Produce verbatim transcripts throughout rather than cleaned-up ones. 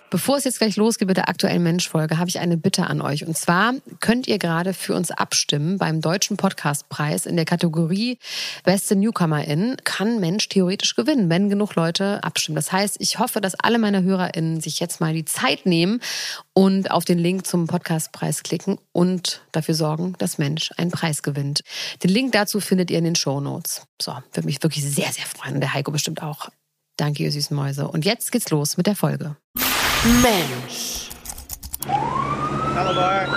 Bevor es jetzt gleich losgeht mit der aktuellen Mensch-Folge, habe ich eine Bitte an euch. Und zwar könnt ihr gerade für uns abstimmen beim Deutschen Podcastpreis in der Kategorie Beste Newcomerin. Kann Mensch theoretisch gewinnen, wenn genug Leute abstimmen. Das heißt, ich hoffe, dass alle meine HörerInnen sich jetzt mal die Zeit nehmen und auf den Link zum Podcastpreis klicken und dafür sorgen, dass Mensch einen Preis gewinnt. Den Link dazu findet ihr in den Shownotes. So, würde mich wirklich sehr, sehr freuen. Und der Heiko bestimmt auch. Danke, ihr süßen Mäuse. Und jetzt geht's los mit der Folge. Mensch. Hello, Bart.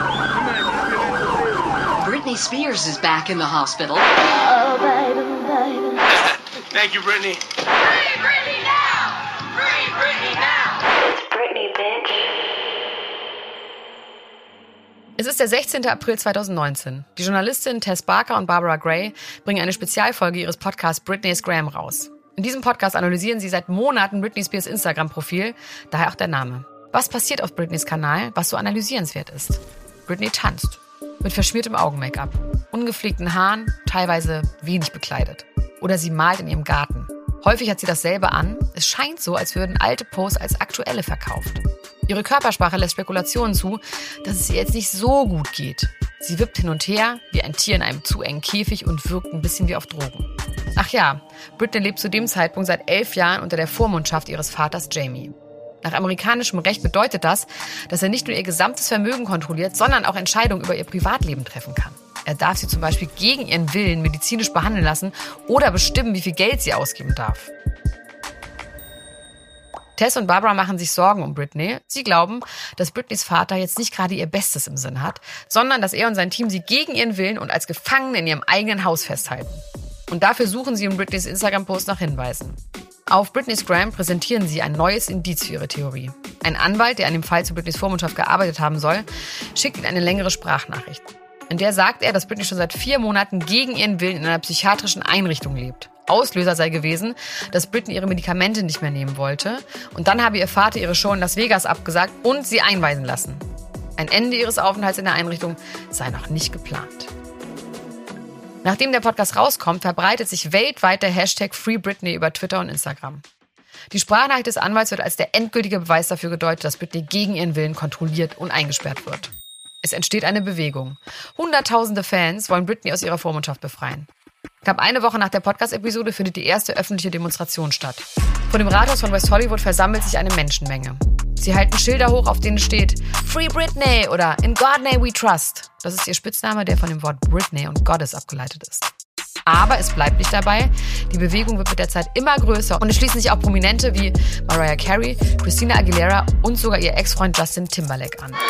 Britney Spears is back in the hospital. Oh, baby, baby. Thank you, Britney. Free Britney now! Free Britney now! It's Britney, bitch. Es ist der sechzehnten April zweitausendneunzehn. Die Journalistin Tess Barker und Barbara Gray bringen eine Spezialfolge ihres Podcasts Britney's Gram raus. In diesem Podcast analysieren sie seit Monaten Britney Spears Instagram-Profil, daher auch der Name. Was passiert auf Britneys Kanal, was so analysierenswert ist? Britney tanzt. Mit verschmiertem Augen-Make-up, ungepflegten Haaren, teilweise wenig bekleidet. Oder sie malt in ihrem Garten. Häufig hat sie dasselbe an. Es scheint so, als würden alte Posts als aktuelle verkauft. Ihre Körpersprache lässt Spekulationen zu, dass es ihr jetzt nicht so gut geht. Sie wippt hin und her, wie ein Tier in einem zu engen Käfig und wirkt ein bisschen wie auf Drogen. Ach ja, Britney lebt zu dem Zeitpunkt seit elf Jahren unter der Vormundschaft ihres Vaters Jamie. Nach amerikanischem Recht bedeutet das, dass er nicht nur ihr gesamtes Vermögen kontrolliert, sondern auch Entscheidungen über ihr Privatleben treffen kann. Er darf sie zum Beispiel gegen ihren Willen medizinisch behandeln lassen oder bestimmen, wie viel Geld sie ausgeben darf. Tess und Barbara machen sich Sorgen um Britney. Sie glauben, dass Britneys Vater jetzt nicht gerade ihr Bestes im Sinn hat, sondern dass er und sein Team sie gegen ihren Willen und als Gefangene in ihrem eigenen Haus festhalten. Und dafür suchen sie in Britneys Instagram-Post nach Hinweisen. Auf Britney's Gram präsentieren sie ein neues Indiz für ihre Theorie. Ein Anwalt, der an dem Fall zu Britneys Vormundschaft gearbeitet haben soll, schickt ihnen eine längere Sprachnachricht. In der sagt er, dass Britney schon seit vier Monaten gegen ihren Willen in einer psychiatrischen Einrichtung lebt. Auslöser sei gewesen, dass Britney ihre Medikamente nicht mehr nehmen wollte. Und dann habe ihr Vater ihre Show in Las Vegas abgesagt und sie einweisen lassen. Ein Ende ihres Aufenthalts in der Einrichtung sei noch nicht geplant. Nachdem der Podcast rauskommt, verbreitet sich weltweit der Hashtag Free Britney über Twitter und Instagram. Die Sprachnachricht des Anwalts wird als der endgültige Beweis dafür gedeutet, dass Britney gegen ihren Willen kontrolliert und eingesperrt wird. Es entsteht eine Bewegung. Hunderttausende Fans wollen Britney aus ihrer Vormundschaft befreien. Knapp eine Woche nach der Podcast-Episode findet die erste öffentliche Demonstration statt. Vor dem Rathaus von West Hollywood versammelt sich eine Menschenmenge. Sie halten Schilder hoch, auf denen steht Free Britney oder In God Name We Trust. Das ist ihr Spitzname, der von dem Wort Britney und Goddess abgeleitet ist. Aber es bleibt nicht dabei. Die Bewegung wird mit der Zeit immer größer und es schließen sich auch Prominente wie Mariah Carey, Christina Aguilera und sogar ihr Ex-Freund Justin Timberlake an.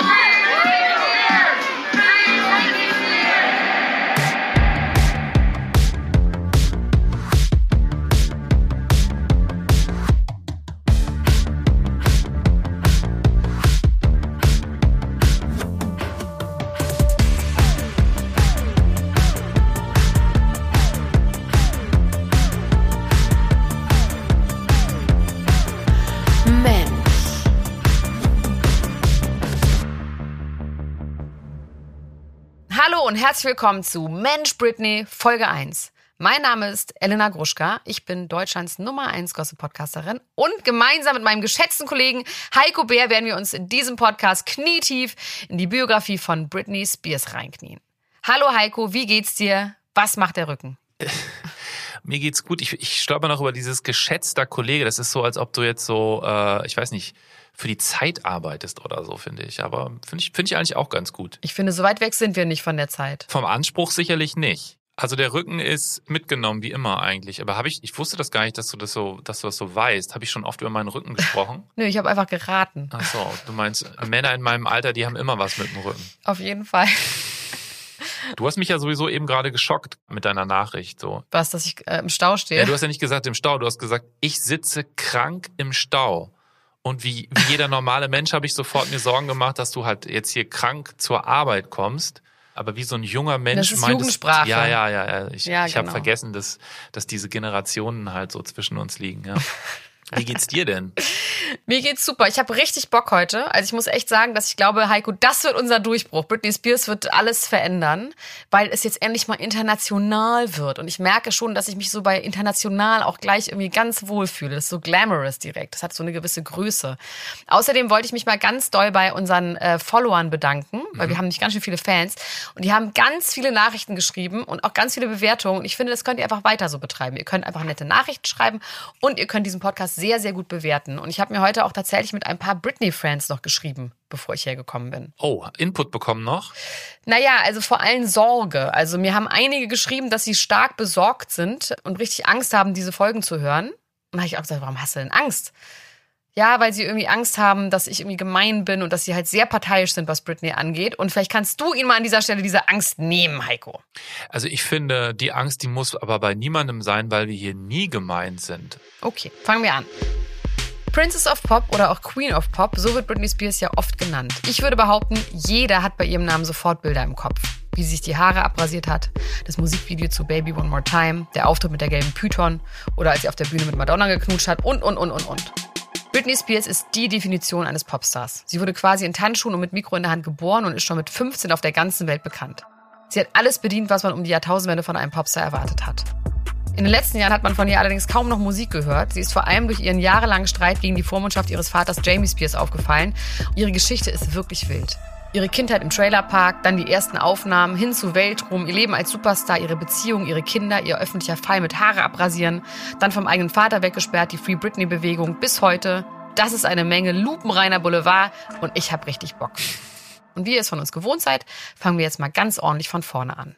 Hallo und herzlich willkommen zu Mensch Britney Folge eins. Mein Name ist Elena Gruschka, ich bin Deutschlands Nummer eins Gossip-Podcasterin und gemeinsam mit meinem geschätzten Kollegen Heiko Bär werden wir uns in diesem Podcast knietief in die Biografie von Britney Spears reinknien. Hallo Heiko, wie geht's dir? Was macht der Rücken? Mir geht's gut. Ich, ich stolper noch über dieses geschätzter Kollege. Das ist so, als ob du jetzt so, äh, ich weiß nicht, für die Zeit arbeitest oder so, finde ich. Aber finde ich, finde ich eigentlich auch ganz gut. Ich finde, so weit weg sind wir nicht von der Zeit. Vom Anspruch sicherlich nicht. Also der Rücken ist mitgenommen, wie immer eigentlich. Aber habe ich, ich wusste das gar nicht, dass du das so, dass du das so weißt. Habe ich schon oft über meinen Rücken gesprochen? Nö, ich habe einfach geraten. Ach so, du meinst, Männer in meinem Alter, die haben immer was mit dem Rücken. Auf jeden Fall. Du hast mich ja sowieso eben gerade geschockt mit deiner Nachricht. So. Was, dass ich äh, im Stau stehe? Ja, du hast ja nicht gesagt im Stau, du hast gesagt, ich sitze krank im Stau. Und wie, wie jeder normale Mensch habe ich sofort mir Sorgen gemacht, dass du halt jetzt hier krank zur Arbeit kommst. Aber wie so ein junger Mensch das ist meintest, Jugendsprache. Ja, ja, ja, ja. Ich, ja, ich habe genau. vergessen, dass, dass diese Generationen halt so zwischen uns liegen. Ja. Wie geht's dir denn? Mir geht's super. Ich habe richtig Bock heute. Also ich muss echt sagen, dass ich glaube, Heiko, das wird unser Durchbruch. Britney Spears wird alles verändern, weil es jetzt endlich mal international wird. Und ich merke schon, dass ich mich so bei international auch gleich irgendwie ganz wohl fühle. Das ist so glamorous direkt. Das hat so eine gewisse Größe. Außerdem wollte ich mich mal ganz doll bei unseren äh, Followern bedanken, weil mhm. wir haben nicht ganz schön viele Fans. Und die haben ganz viele Nachrichten geschrieben und auch ganz viele Bewertungen. Und ich finde, das könnt ihr einfach weiter so betreiben. Ihr könnt einfach nette Nachrichten schreiben und ihr könnt diesen Podcast sehr, sehr gut bewerten. Und ich habe mir heute auch tatsächlich mit ein paar Britney-Fans noch geschrieben, bevor ich hergekommen bin. Oh, Input bekommen noch? Naja, also vor allem Sorge. Also mir haben einige geschrieben, dass sie stark besorgt sind und richtig Angst haben, diese Folgen zu hören. Und da habe ich auch gesagt, warum hast du denn Angst? Ja, weil sie irgendwie Angst haben, dass ich irgendwie gemein bin und dass sie halt sehr parteiisch sind, was Britney angeht. Und vielleicht kannst du ihnen mal an dieser Stelle diese Angst nehmen, Heiko. Also ich finde, die Angst, die muss aber bei niemandem sein, weil wir hier nie gemeint sind. Okay, fangen wir an. Princess of Pop oder auch Queen of Pop, so wird Britney Spears ja oft genannt. Ich würde behaupten, jeder hat bei ihrem Namen sofort Bilder im Kopf. Wie sie sich die Haare abrasiert hat, das Musikvideo zu Baby One More Time, der Auftritt mit der gelben Python oder als sie auf der Bühne mit Madonna geknutscht hat und, und, und, und, und. Britney Spears ist die Definition eines Popstars. Sie wurde quasi in Tanzschuhen und mit Mikro in der Hand geboren und ist schon mit fünfzehn auf der ganzen Welt bekannt. Sie hat alles bedient, was man um die Jahrtausendwende von einem Popstar erwartet hat. In den letzten Jahren hat man von ihr allerdings kaum noch Musik gehört. Sie ist vor allem durch ihren jahrelangen Streit gegen die Vormundschaft ihres Vaters Jamie Spears aufgefallen. Ihre Geschichte ist wirklich wild. Ihre Kindheit im Trailerpark, dann die ersten Aufnahmen, hin zu Weltruhm, ihr Leben als Superstar, ihre Beziehung, ihre Kinder, ihr öffentlicher Fall mit Haare abrasieren, dann vom eigenen Vater weggesperrt, die Free Britney-Bewegung bis heute. Das ist eine Menge lupenreiner Boulevard und ich hab richtig Bock. Und wie ihr es von uns gewohnt seid, fangen wir jetzt mal ganz ordentlich von vorne an.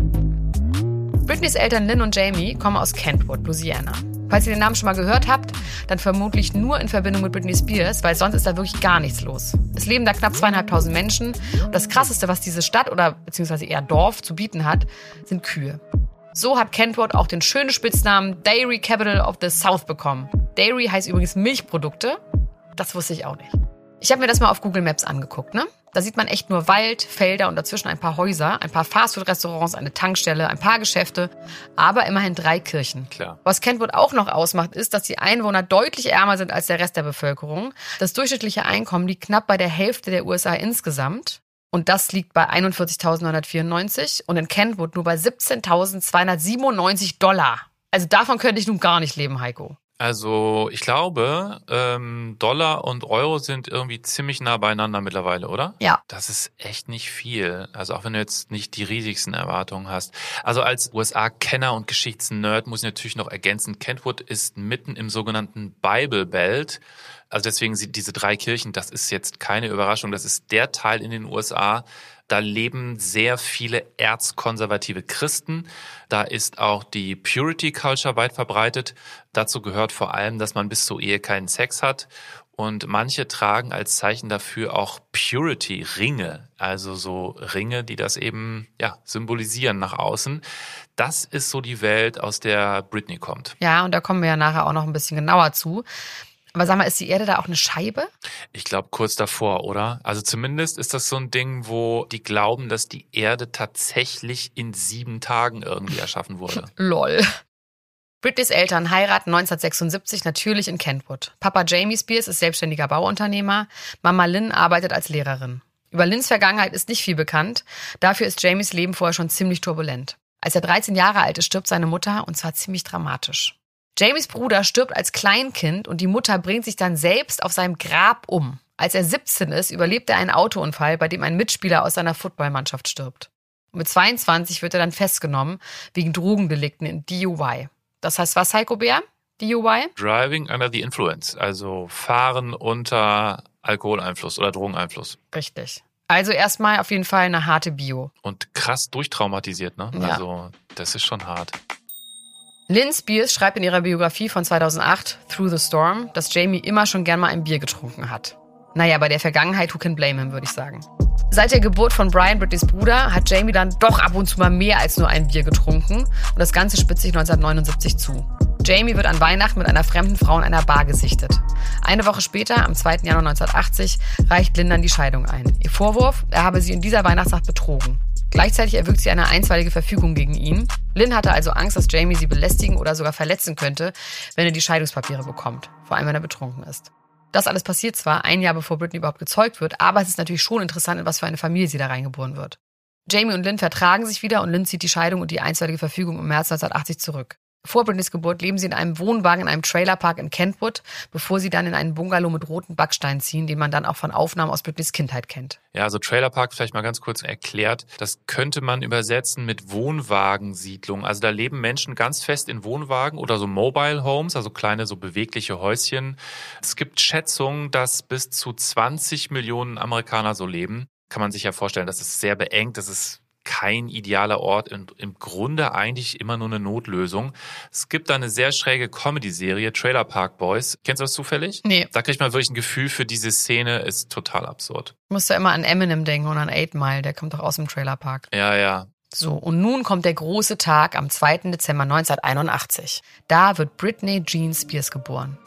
Britneys Eltern Lynn und Jamie kommen aus Kentwood, Louisiana. Falls ihr den Namen schon mal gehört habt, dann vermutlich nur in Verbindung mit Britney Spears, weil sonst ist da wirklich gar nichts los. Es leben da knapp zweieinhalbtausend Menschen und das Krasseste, was diese Stadt oder beziehungsweise eher Dorf zu bieten hat, sind Kühe. So hat Kentwood auch den schönen Spitznamen Dairy Capital of the South bekommen. Dairy heißt übrigens Milchprodukte. Das wusste ich auch nicht. Ich habe mir das mal auf Google Maps angeguckt, ne? Da sieht man echt nur Wald, Felder und dazwischen ein paar Häuser, ein paar Fastfood-Restaurants, eine Tankstelle, ein paar Geschäfte, aber immerhin drei Kirchen. Klar. Was Kentwood auch noch ausmacht, ist, dass die Einwohner deutlich ärmer sind als der Rest der Bevölkerung. Das durchschnittliche Einkommen liegt knapp bei der Hälfte der U S A insgesamt. Und das liegt bei einundvierzigtausendneunhundertvierundneunzig und in Kentwood nur bei siebzehntausendzweihundertsiebenundneunzig Dollar. Also davon könnte ich nun gar nicht leben, Heiko. Also ich glaube, ähm, Dollar und Euro sind irgendwie ziemlich nah beieinander mittlerweile, oder? Ja. Das ist echt nicht viel. Also auch wenn du jetzt nicht die riesigsten Erwartungen hast. Also als U S A-Kenner und Geschichtsnerd muss ich natürlich noch ergänzen, Kentwood ist mitten im sogenannten Bible Belt. Also deswegen sind diese drei Kirchen, das ist jetzt keine Überraschung, das ist der Teil in den U S A, da leben sehr viele erzkonservative Christen. Da ist auch die Purity Culture weit verbreitet. Dazu gehört vor allem, dass man bis zur Ehe keinen Sex hat. Und manche tragen als Zeichen dafür auch Purity-Ringe. Also so Ringe, die das eben ja symbolisieren nach außen. Das ist so die Welt, aus der Britney kommt. Ja, und da kommen wir ja nachher auch noch ein bisschen genauer zu. Aber sag mal, ist die Erde da auch eine Scheibe? Ich glaube kurz davor, oder? Also zumindest ist das so ein Ding, wo die glauben, dass die Erde tatsächlich in sieben Tagen irgendwie erschaffen wurde. Lol. Britneys Eltern heiraten neunzehnhundertsechsundsiebzig natürlich in Kentwood. Papa Jamie Spears ist selbstständiger Bauunternehmer. Mama Lynn arbeitet als Lehrerin. Über Lynns Vergangenheit ist nicht viel bekannt. Dafür ist Jamies Leben vorher schon ziemlich turbulent. Als er dreizehn Jahre alt ist, stirbt seine Mutter und zwar ziemlich dramatisch. Jamies Bruder stirbt als Kleinkind und die Mutter bringt sich dann selbst auf seinem Grab um. Als er siebzehn ist, überlebt er einen Autounfall, bei dem ein Mitspieler aus seiner Footballmannschaft stirbt. Und mit zweiundzwanzig wird er dann festgenommen wegen Drogendelikten in D U I. Das heißt was, Heiko Bär? D U I? Driving under the influence, also Fahren unter Alkoholeinfluss oder Drogeneinfluss. Richtig. Also erstmal auf jeden Fall eine harte Bio. Und krass durchtraumatisiert, ne? Ja. Also das ist schon hart. Lynn Spears schreibt in ihrer Biografie von zweitausendacht, Through the Storm, dass Jamie immer schon gern mal ein Bier getrunken hat. Naja, bei der Vergangenheit, who can blame him, würde ich sagen. Seit der Geburt von Brian, Britneys Bruder, hat Jamie dann doch ab und zu mal mehr als nur ein Bier getrunken und das Ganze spitzt sich neunzehnhundertneunundsiebzig zu. Jamie wird an Weihnachten mit einer fremden Frau in einer Bar gesichtet. Eine Woche später, am zweiten Januar neunzehnhundertachtzig, reicht Lynn dann die Scheidung ein. Ihr Vorwurf, er habe sie in dieser Weihnachtsnacht betrogen. Gleichzeitig erwirkt sie eine einstweilige Verfügung gegen ihn. Lynn hatte also Angst, dass Jamie sie belästigen oder sogar verletzen könnte, wenn er die Scheidungspapiere bekommt. Vor allem, wenn er betrunken ist. Das alles passiert zwar ein Jahr bevor Britney überhaupt gezeugt wird, aber es ist natürlich schon interessant, in was für eine Familie sie da reingeboren wird. Jamie und Lynn vertragen sich wieder und Lynn zieht die Scheidung und die einstweilige Verfügung im März neunzehnhundertachtzig zurück. Vor Britneys Geburt leben sie in einem Wohnwagen in einem Trailerpark in Kentwood, bevor sie dann in einen Bungalow mit roten Backsteinen ziehen, den man dann auch von Aufnahmen aus Britneys Kindheit kennt. Ja, also Trailerpark vielleicht mal ganz kurz erklärt. Das könnte man übersetzen mit Wohnwagensiedlung. Also da leben Menschen ganz fest in Wohnwagen oder so Mobile Homes, also kleine so bewegliche Häuschen. Es gibt Schätzungen, dass bis zu zwanzig Millionen Amerikaner so leben. Kann man sich ja vorstellen, das ist sehr beengt, das ist kein idealer Ort und im Grunde eigentlich immer nur eine Notlösung. Es gibt da eine sehr schräge Comedy-Serie, Trailer Park Boys. Kennst du das zufällig? Nee. Da kriegt man wirklich ein Gefühl für diese Szene, ist total absurd. Ich musste immer an Eminem denken und an Eight Mile, der kommt doch aus dem Trailerpark. Ja, ja. So, und nun kommt der große Tag am zweiten Dezember neunzehnhunderteinundachtzig. Da wird Britney Jean Spears geboren.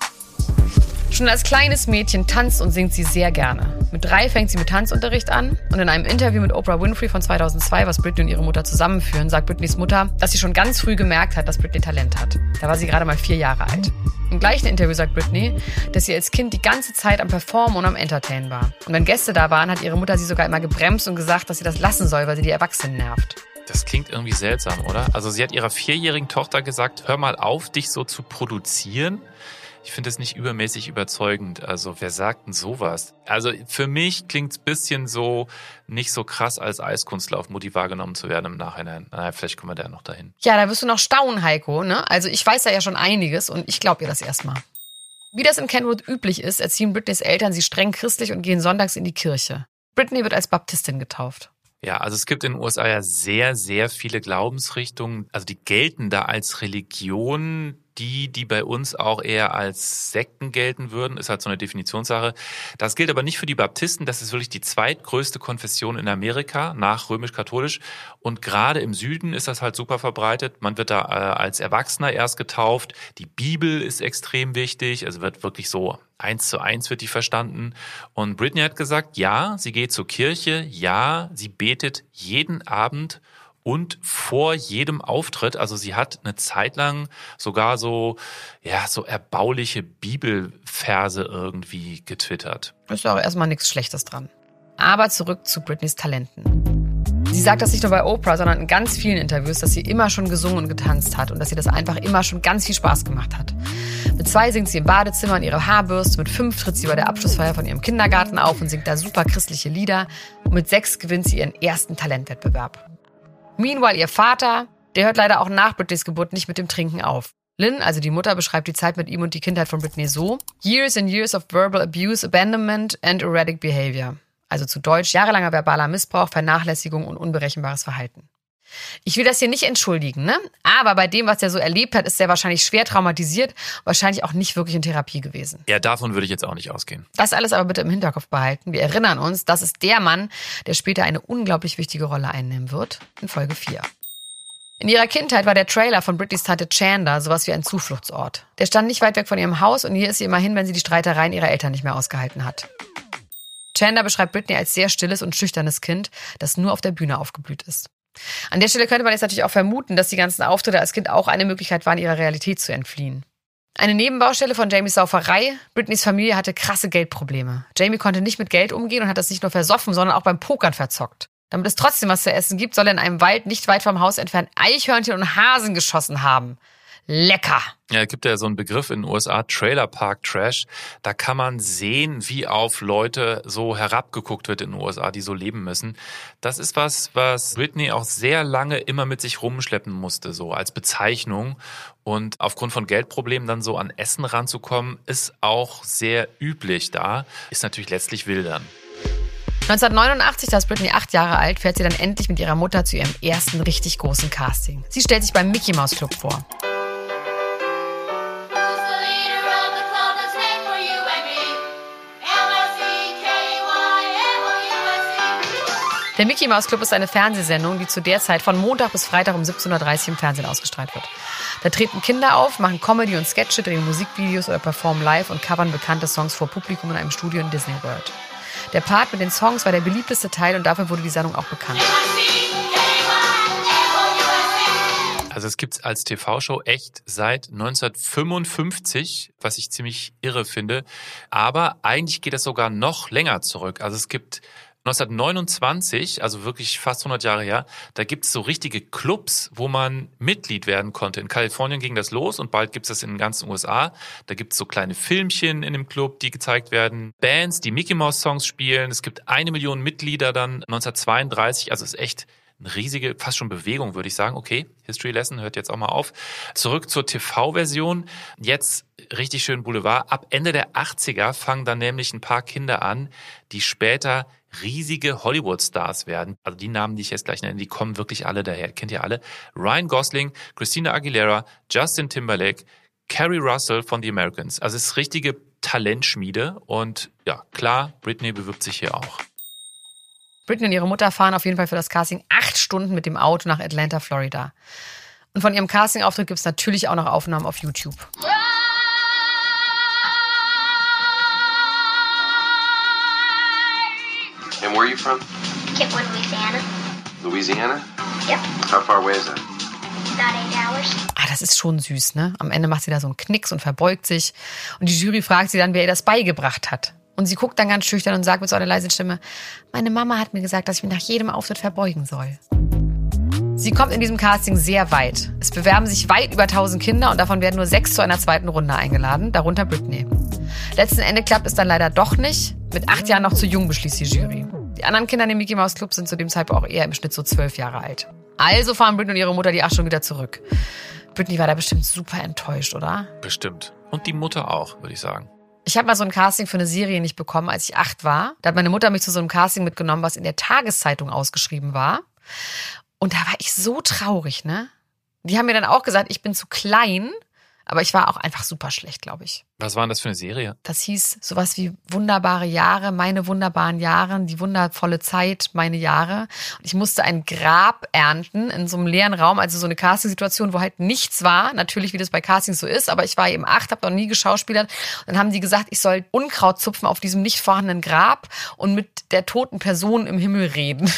Schon als kleines Mädchen tanzt und singt sie sehr gerne. Mit drei fängt sie mit Tanzunterricht an und in einem Interview mit Oprah Winfrey von zweitausendzwei, was Britney und ihre Mutter zusammenführen, sagt Britneys Mutter, dass sie schon ganz früh gemerkt hat, dass Britney Talent hat. Da war sie gerade mal vier Jahre alt. Im gleichen Interview sagt Britney, dass sie als Kind die ganze Zeit am Performen und am Entertainen war. Und wenn Gäste da waren, hat ihre Mutter sie sogar immer gebremst und gesagt, dass sie das lassen soll, weil sie die Erwachsenen nervt. Das klingt irgendwie seltsam, oder? Also sie hat ihrer vierjährigen Tochter gesagt, hör mal auf, dich so zu produzieren. Ich finde es nicht übermäßig überzeugend. Also wer sagt denn sowas? Also für mich klingt es ein bisschen so nicht so krass als Eiskunstler auf Mutti wahrgenommen zu werden im Nachhinein. Naja, vielleicht kommen wir da noch dahin. Ja, da wirst du noch staunen, Heiko, ne? Also ich weiß da ja schon einiges und ich glaube ihr das erstmal. Wie das in Kentwood üblich ist, erziehen Britneys Eltern sie streng christlich und gehen sonntags in die Kirche. Britney wird als Baptistin getauft. Ja, also es gibt in den U S A ja sehr, sehr viele Glaubensrichtungen. Also die gelten da als Religion. Die, die bei uns auch eher als Sekten gelten würden, ist halt so eine Definitionssache. Das gilt aber nicht für die Baptisten. Das ist wirklich die zweitgrößte Konfession in Amerika nach römisch-katholisch. Und gerade im Süden ist das halt super verbreitet. Man wird da äh, als Erwachsener erst getauft. Die Bibel ist extrem wichtig. Also wird wirklich so eins zu eins wird die verstanden. Und Britney hat gesagt, ja, sie geht zur Kirche. Ja, sie betet jeden Abend und vor jedem Auftritt, also sie hat eine Zeit lang sogar so, ja, so erbauliche Bibelverse irgendwie getwittert. Ist auch erstmal nichts Schlechtes dran. Aber zurück zu Britneys Talenten. Sie sagt das nicht nur bei Oprah, sondern in ganz vielen Interviews, dass sie immer schon gesungen und getanzt hat und dass sie das einfach immer schon ganz viel Spaß gemacht hat. Mit zwei singt sie im Badezimmer in ihrer Haarbürste, mit fünf tritt sie bei der Abschlussfeier von ihrem Kindergarten auf und singt da super christliche Lieder und mit sechs gewinnt sie ihren ersten Talentwettbewerb. Meanwhile, ihr Vater, der hört leider auch nach Britneys Geburt nicht mit dem Trinken auf. Lynn, also die Mutter, beschreibt die Zeit mit ihm und die Kindheit von Britney so: Years and years of verbal abuse, abandonment and erratic behavior. Also zu Deutsch jahrelanger verbaler Missbrauch, Vernachlässigung und unberechenbares Verhalten. Ich will das hier nicht entschuldigen, ne? Aber bei dem, was er so erlebt hat, ist er wahrscheinlich schwer traumatisiert, wahrscheinlich auch nicht wirklich in Therapie gewesen. Ja, davon würde ich jetzt auch nicht ausgehen. Das alles aber bitte im Hinterkopf behalten. Wir erinnern uns, das ist der Mann, der später eine unglaublich wichtige Rolle einnehmen wird, in Folge vier. In ihrer Kindheit war der Trailer von Britneys Tante Chandler sowas wie ein Zufluchtsort. Der stand nicht weit weg von ihrem Haus und hier ist sie immer hin, wenn sie die Streitereien ihrer Eltern nicht mehr ausgehalten hat. Chandler beschreibt Britney als sehr stilles und schüchternes Kind, das nur auf der Bühne aufgeblüht ist. An der Stelle könnte man jetzt natürlich auch vermuten, dass die ganzen Auftritte als Kind auch eine Möglichkeit waren, ihrer Realität zu entfliehen. Eine Nebenbaustelle von Jamies Sauferei: Britneys Familie hatte krasse Geldprobleme. Jamie konnte nicht mit Geld umgehen und hat das nicht nur versoffen, sondern auch beim Pokern verzockt. Damit es trotzdem was zu essen gibt, soll er in einem Wald nicht weit vom Haus entfernt Eichhörnchen und Hasen geschossen haben. Lecker! Ja, es gibt ja so einen Begriff in den U S A, Trailer Park Trash. Da kann man sehen, wie auf Leute so herabgeguckt wird in den U S A, die so leben müssen. Das ist was, was Britney auch sehr lange immer mit sich rumschleppen musste, so als Bezeichnung. Und aufgrund von Geldproblemen dann so an Essen ranzukommen, ist auch sehr üblich da. Ist natürlich letztlich wildern. neunzehnhundertneunundachtzig, da ist Britney acht Jahre alt, fährt sie dann endlich mit ihrer Mutter zu ihrem ersten richtig großen Casting. Sie stellt sich beim Mickey Mouse Club vor. Der Mickey Mouse Club ist eine Fernsehsendung, die zu der Zeit von Montag bis Freitag um siebzehn Uhr dreißig im Fernsehen ausgestrahlt wird. Da treten Kinder auf, machen Comedy und Sketche, drehen Musikvideos oder performen live und covern bekannte Songs vor Publikum in einem Studio in Disney World. Der Part mit den Songs war der beliebteste Teil und dafür wurde die Sendung auch bekannt. Also es gibt's als T V-Show echt seit neunzehnhundertfünfundfünfzig, was ich ziemlich irre finde. Aber eigentlich geht es sogar noch länger zurück. Also es gibt neunzehnhundertneunundzwanzig, also wirklich fast hundert Jahre her, da gibt's so richtige Clubs, wo man Mitglied werden konnte. In Kalifornien ging das los und bald gibt's das in den ganzen U S A. Da gibt's so kleine Filmchen in dem Club, die gezeigt werden. Bands, die Mickey Mouse Songs spielen. Es gibt eine Million Mitglieder dann neunzehnhundertzweiunddreißig. Also es ist echt eine riesige, fast schon Bewegung, würde ich sagen. Okay, History Lesson hört jetzt auch mal auf. Zurück zur T V-Version. Jetzt richtig schön Boulevard. Ab Ende der achtziger fangen dann nämlich ein paar Kinder an, die später riesige Hollywood-Stars werden. Also die Namen, die ich jetzt gleich nenne, die kommen wirklich alle daher. Kennt ihr alle? Ryan Gosling, Christina Aguilera, Justin Timberlake, Kerry Russell von The Americans. Also es ist richtige Talentschmiede. Und ja, klar, Britney bewirbt sich hier auch. Britney und ihre Mutter fahren auf jeden Fall für das Casting acht Stunden mit dem Auto nach Atlanta, Florida. Und von ihrem Casting-Auftritt gibt es natürlich auch noch Aufnahmen auf YouTube. And where are you from? Kentwood, Louisiana. Louisiana? Yep. How far away is that? About eight hours. Ah, das ist schon süß, ne? Am Ende macht sie da so einen Knicks und verbeugt sich. Und die Jury fragt sie dann, wer ihr das beigebracht hat. Und sie guckt dann ganz schüchtern und sagt mit so einer leisen Stimme, meine Mama hat mir gesagt, dass ich mich nach jedem Auftritt verbeugen soll. Sie kommt in diesem Casting sehr weit. Es bewerben sich weit über tausend Kinder und davon werden nur sechs zu einer zweiten Runde eingeladen, darunter Britney. Letzten Endes klappt es dann leider doch nicht. Mit acht Jahren noch zu jung beschließt die Jury. Die anderen Kinder in dem Mickey Mouse Club sind zu dem Zeitpunkt auch eher im Schnitt so zwölf Jahre alt. Also fahren Britney und ihre Mutter die acht Stunden wieder zurück. Britney war da bestimmt super enttäuscht, oder? Bestimmt. Und die Mutter auch, würde ich sagen. Ich habe mal so ein Casting für eine Serie nicht bekommen, als ich acht war. Da hat meine Mutter mich zu so einem Casting mitgenommen, was in der Tageszeitung ausgeschrieben war. Und da war ich so traurig, ne? Die haben mir dann auch gesagt, ich bin zu klein. Aber ich war auch einfach super schlecht, glaube ich. Was war denn das für eine Serie? Das hieß sowas wie wunderbare Jahre, meine wunderbaren Jahre, die wundervolle Zeit, meine Jahre. Und ich musste ein Grab ernten in so einem leeren Raum, also so eine Castingsituation, wo halt nichts war. Natürlich, wie das bei Castings so ist, aber ich war eben acht, habe noch nie geschauspielert. Und dann haben die gesagt, ich soll Unkraut zupfen auf diesem nicht vorhandenen Grab und mit der toten Person im Himmel reden.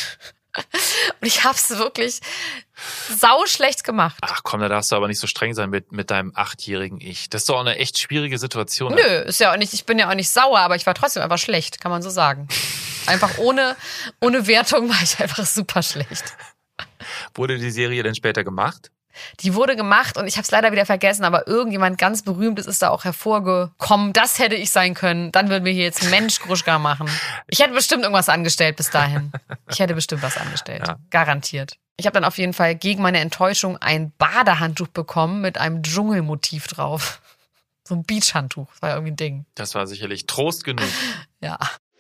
Und ich hab's wirklich sauschlecht gemacht. Ach komm, da darfst du aber nicht so streng sein mit, mit deinem achtjährigen Ich. Das ist doch eine echt schwierige Situation. Nö, ist ja auch nicht, ich bin ja auch nicht sauer, aber ich war trotzdem einfach schlecht, kann man so sagen. Einfach ohne, ohne Wertung war ich einfach super schlecht. Wurde die Serie denn später gemacht? Die wurde gemacht und ich habe es leider wieder vergessen, aber irgendjemand ganz Berühmtes ist da auch hervorgekommen. Das hätte ich sein können. Dann würden wir hier jetzt Mensch Gruschka machen. Ich hätte bestimmt irgendwas angestellt bis dahin. Ich hätte bestimmt was angestellt. Ja. Garantiert. Ich habe dann auf jeden Fall gegen meine Enttäuschung ein Badehandtuch bekommen mit einem Dschungelmotiv drauf. So ein Beachhandtuch. Das war ja irgendwie ein Ding. Das war sicherlich Trost genug. Ja.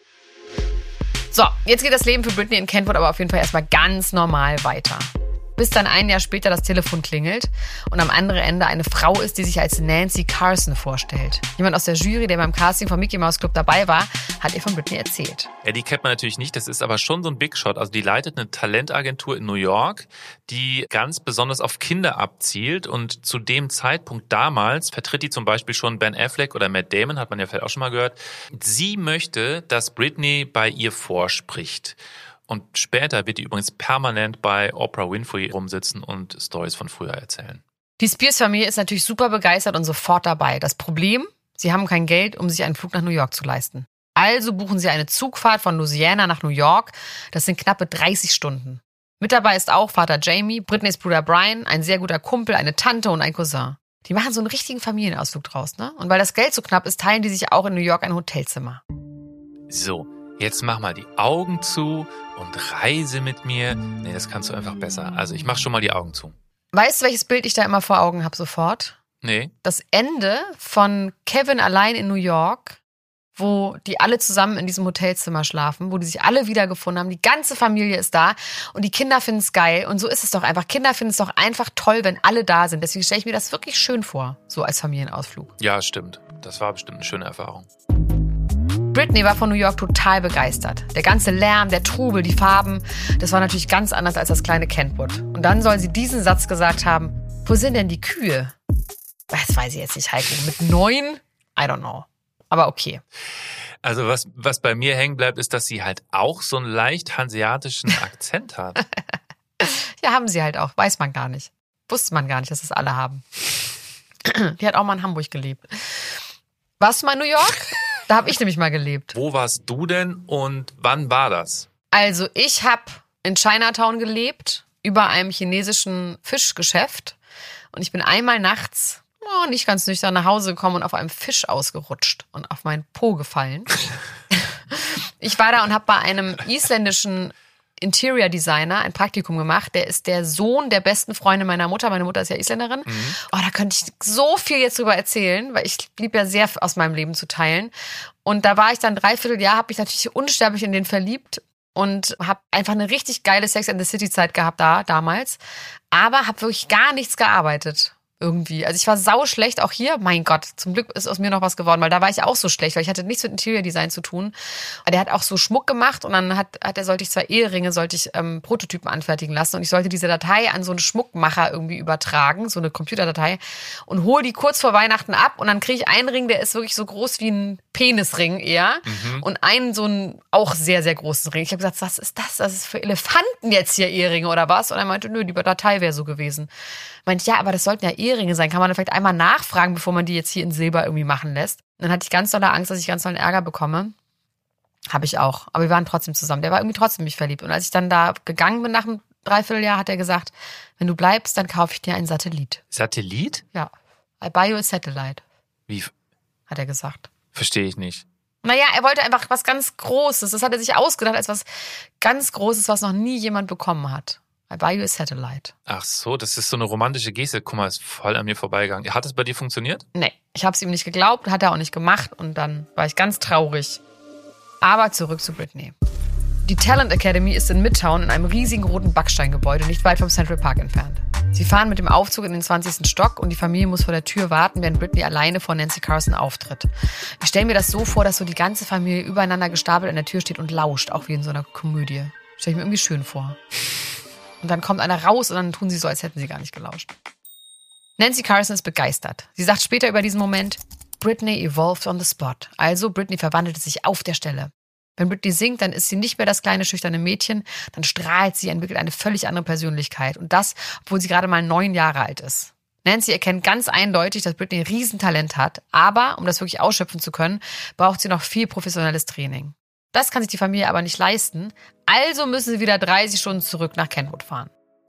So, jetzt geht das Leben für Britney in Kentwood aber auf jeden Fall erstmal ganz normal weiter. Bis dann ein Jahr später das Telefon klingelt und am anderen Ende eine Frau ist, die sich als Nancy Carson vorstellt. Jemand aus der Jury, der beim Casting vom Mickey Mouse Club dabei war, hat ihr von Britney erzählt. Ja, die kennt man natürlich nicht, das ist aber schon so ein Big Shot. Also die leitet eine Talentagentur in New York, die ganz besonders auf Kinder abzielt und zu dem Zeitpunkt damals vertritt die zum Beispiel schon Ben Affleck oder Matt Damon, hat man ja vielleicht auch schon mal gehört. Sie möchte, dass Britney bei ihr vorspricht. Und später wird die übrigens permanent bei Oprah Winfrey rumsitzen und Storys von früher erzählen. Die Spears-Familie ist natürlich super begeistert und sofort dabei. Das Problem, sie haben kein Geld, um sich einen Flug nach New York zu leisten. Also buchen sie eine Zugfahrt von Louisiana nach New York. Das sind knappe dreißig Stunden. Mit dabei ist auch Vater Jamie, Britneys Bruder Brian, ein sehr guter Kumpel, eine Tante und ein Cousin. Die machen so einen richtigen Familienausflug draus, ne? Und weil das Geld so knapp ist, teilen die sich auch in New York ein Hotelzimmer. So, jetzt mach mal die Augen zu und reise mit mir. Nee, das kannst du einfach besser. Also ich mach schon mal die Augen zu. Weißt du, welches Bild ich da immer vor Augen habe sofort? Nee. Das Ende von Kevin allein in New York, wo die alle zusammen in diesem Hotelzimmer schlafen, wo die sich alle wiedergefunden haben. Die ganze Familie ist da und die Kinder finden es geil. Und so ist es doch einfach. Kinder finden es doch einfach toll, wenn alle da sind. Deswegen stelle ich mir das wirklich schön vor, so als Familienausflug. Ja, stimmt. Das war bestimmt eine schöne Erfahrung. Britney war von New York total begeistert. Der ganze Lärm, der Trubel, die Farben, das war natürlich ganz anders als das kleine Kentwood. Und dann soll sie diesen Satz gesagt haben, wo sind denn die Kühe? Das weiß ich jetzt nicht, Heiko. Mit neun? I don't know. Aber okay. Also was, was bei mir hängen bleibt, ist, dass sie halt auch so einen leicht hanseatischen Akzent hat. Ja, haben sie halt auch. Weiß man gar nicht. Wusste man gar nicht, dass das alle haben. Die hat auch mal in Hamburg gelebt. Warst du mal in New York? Da habe ich nämlich mal gelebt. Wo warst du denn und wann war das? Also ich habe in Chinatown gelebt, über einem chinesischen Fischgeschäft. Und ich bin einmal nachts, oh, nicht ganz nüchtern, nach Hause gekommen und auf einem Fisch ausgerutscht und auf meinen Po gefallen. Ich war da und habe bei einem isländischen Interior Designer ein Praktikum gemacht. Der ist der Sohn der besten Freundin meiner Mutter. Meine Mutter ist ja Isländerin. Mhm. Oh, da könnte ich so viel jetzt drüber erzählen, weil ich liebe ja sehr aus meinem Leben zu teilen. Und da war ich dann dreiviertel Jahr, habe mich natürlich unsterblich in den verliebt und habe einfach eine richtig geile Sex and the City Zeit gehabt da damals. Aber habe wirklich gar nichts gearbeitet. Irgendwie. Also ich war sau schlecht, auch hier. Mein Gott, zum Glück ist aus mir noch was geworden, weil da war ich auch so schlecht, weil ich hatte nichts mit Interior Design zu tun. Der hat auch so Schmuck gemacht und dann hat, hat er, sollte ich zwei Eheringe, sollte ich ähm, Prototypen anfertigen lassen und ich sollte diese Datei an so einen Schmuckmacher irgendwie übertragen, so eine Computerdatei und hole die kurz vor Weihnachten ab und dann kriege ich einen Ring, der ist wirklich so groß wie ein Penisring eher mhm. und einen so einen auch sehr, sehr großen Ring. Ich habe gesagt, was ist das? Das ist für Elefanten jetzt hier Eheringe oder was? Und er meinte, nö, die Datei wäre so gewesen. Meinte, ja, aber das sollten ja Eheringe sein. Kann man da vielleicht einmal nachfragen, bevor man die jetzt hier in Silber irgendwie machen lässt? Und dann hatte ich ganz dolle Angst, dass ich ganz dollen Ärger bekomme. Habe ich auch. Aber wir waren trotzdem zusammen. Der war irgendwie trotzdem mich verliebt. Und als ich dann da gegangen bin nach einem Dreivierteljahr, hat er gesagt, wenn du bleibst, dann kaufe ich dir einen Satellit. Satellit? Ja. I buy you a satellite. Wie? Hat er gesagt. Verstehe ich nicht. Naja, er wollte einfach was ganz Großes. Das hat er sich ausgedacht als was ganz Großes, was noch nie jemand bekommen hat. I buy you a satellite. Ach so, das ist so eine romantische Geste. Guck mal, ist voll an mir vorbeigegangen. Hat es bei dir funktioniert? Nee, ich habe es ihm nicht geglaubt, hat er auch nicht gemacht und dann war ich ganz traurig. Aber zurück zu Britney. Die Talent Academy ist in Midtown in einem riesigen roten Backsteingebäude, nicht weit vom Central Park entfernt. Sie fahren mit dem Aufzug in den zwanzigsten Stock und die Familie muss vor der Tür warten, während Britney alleine vor Nancy Carson auftritt. Ich stelle mir das so vor, dass so die ganze Familie übereinander gestapelt an der Tür steht und lauscht, auch wie in so einer Komödie. Stelle ich mir irgendwie schön vor. Und dann kommt einer raus und dann tun sie so, als hätten sie gar nicht gelauscht. Nancy Carson ist begeistert. Sie sagt später über diesen Moment, Britney evolved on the spot. Also Britney verwandelte sich auf der Stelle. Wenn Britney singt, dann ist sie nicht mehr das kleine, schüchterne Mädchen, dann strahlt sie, entwickelt eine völlig andere Persönlichkeit. Und das, obwohl sie gerade mal neun Jahre alt ist. Nancy erkennt ganz eindeutig, dass Britney ein Riesentalent hat. Aber, um das wirklich ausschöpfen zu können, braucht sie noch viel professionelles Training. Das kann sich die Familie aber nicht leisten, also müssen sie wieder dreißig Stunden zurück nach Kenwood fahren.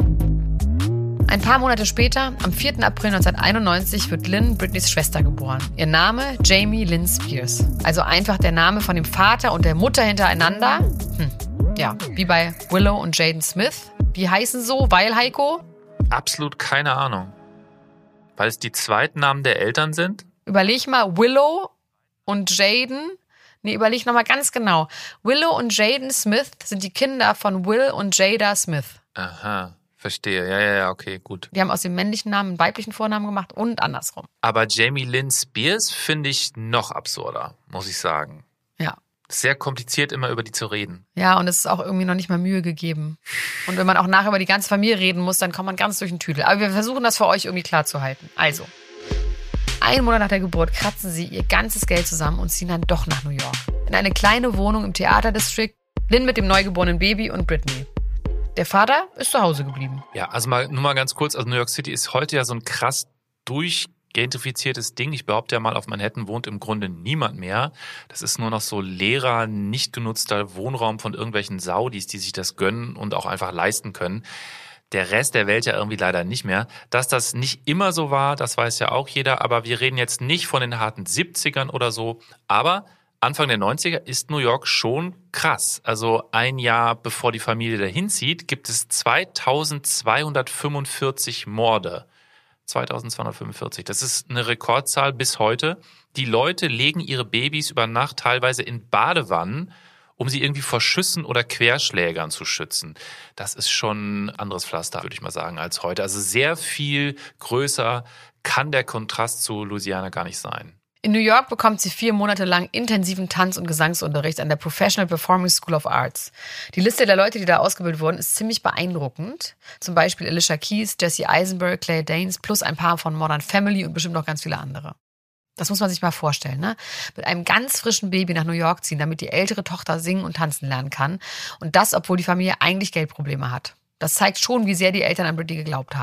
Ein paar Monate später, am vierten April neunzehnhunderteinundneunzig, wird Lynn, Britneys Schwester, geboren. Ihr Name Jamie Lynn Spears. Also einfach der Name von dem Vater und der Mutter hintereinander. Hm. Ja, wie bei Willow und Jaden Smith. Die heißen so, weil Heiko? Absolut keine Ahnung. Weil es die Zweitnamen der Eltern sind? Überleg mal, Willow und Jaden... Nee, überleg nochmal ganz genau. Willow und Jaden Smith sind die Kinder von Will und Jada Smith. Aha, verstehe. Ja, ja, ja, okay, gut. Die haben aus dem männlichen Namen einen weiblichen Vornamen gemacht und andersrum. Aber Jamie Lynn Spears finde ich noch absurder, muss ich sagen. Ja. Sehr kompliziert, immer über die zu reden. Ja, und es ist auch irgendwie noch nicht mal Mühe gegeben. Und wenn man auch nachher über die ganze Familie reden muss, dann kommt man ganz durch den Tüdel. Aber wir versuchen das für euch irgendwie klar zu halten. Also... Einen Monat nach der Geburt kratzen sie ihr ganzes Geld zusammen und ziehen dann doch nach New York. In eine kleine Wohnung im Theaterdistrikt, Lynn mit dem neugeborenen Baby und Britney. Der Vater ist zu Hause geblieben. Ja, also mal, nur mal ganz kurz, also New York City ist heute ja so ein krass durchgentrifiziertes Ding. Ich behaupte ja mal, auf Manhattan wohnt im Grunde niemand mehr. Das ist nur noch so leerer, nicht genutzter Wohnraum von irgendwelchen Saudis, die sich das gönnen und auch einfach leisten können. Der Rest der Welt ja irgendwie leider nicht mehr. Dass das nicht immer so war, das weiß ja auch jeder. Aber wir reden jetzt nicht von den harten siebzigern oder so. Aber Anfang der neunziger ist New York schon krass. Also ein Jahr bevor die Familie dahin zieht, gibt es zweitausendzweihundertfünfundvierzig Morde. zweitausendzweihundertfünfundvierzig. Das ist eine Rekordzahl bis heute. Die Leute legen ihre Babys über Nacht teilweise in Badewannen, um sie irgendwie vor Schüssen oder Querschlägern zu schützen. Das ist schon ein anderes Pflaster, würde ich mal sagen, als heute. Also sehr viel größer kann der Kontrast zu Louisiana gar nicht sein. In New York bekommt sie vier Monate lang intensiven Tanz- und Gesangsunterricht an der Professional Performing School of Arts. Die Liste der Leute, die da ausgebildet wurden, ist ziemlich beeindruckend. Zum Beispiel Alicia Keys, Jesse Eisenberg, Claire Danes, plus ein paar von Modern Family und bestimmt noch ganz viele andere. Das muss man sich mal vorstellen, ne? Mit einem ganz frischen Baby nach New York ziehen, damit die ältere Tochter singen und tanzen lernen kann. Und das, obwohl die Familie eigentlich Geldprobleme hat. Das zeigt schon, wie sehr die Eltern an Britney geglaubt haben.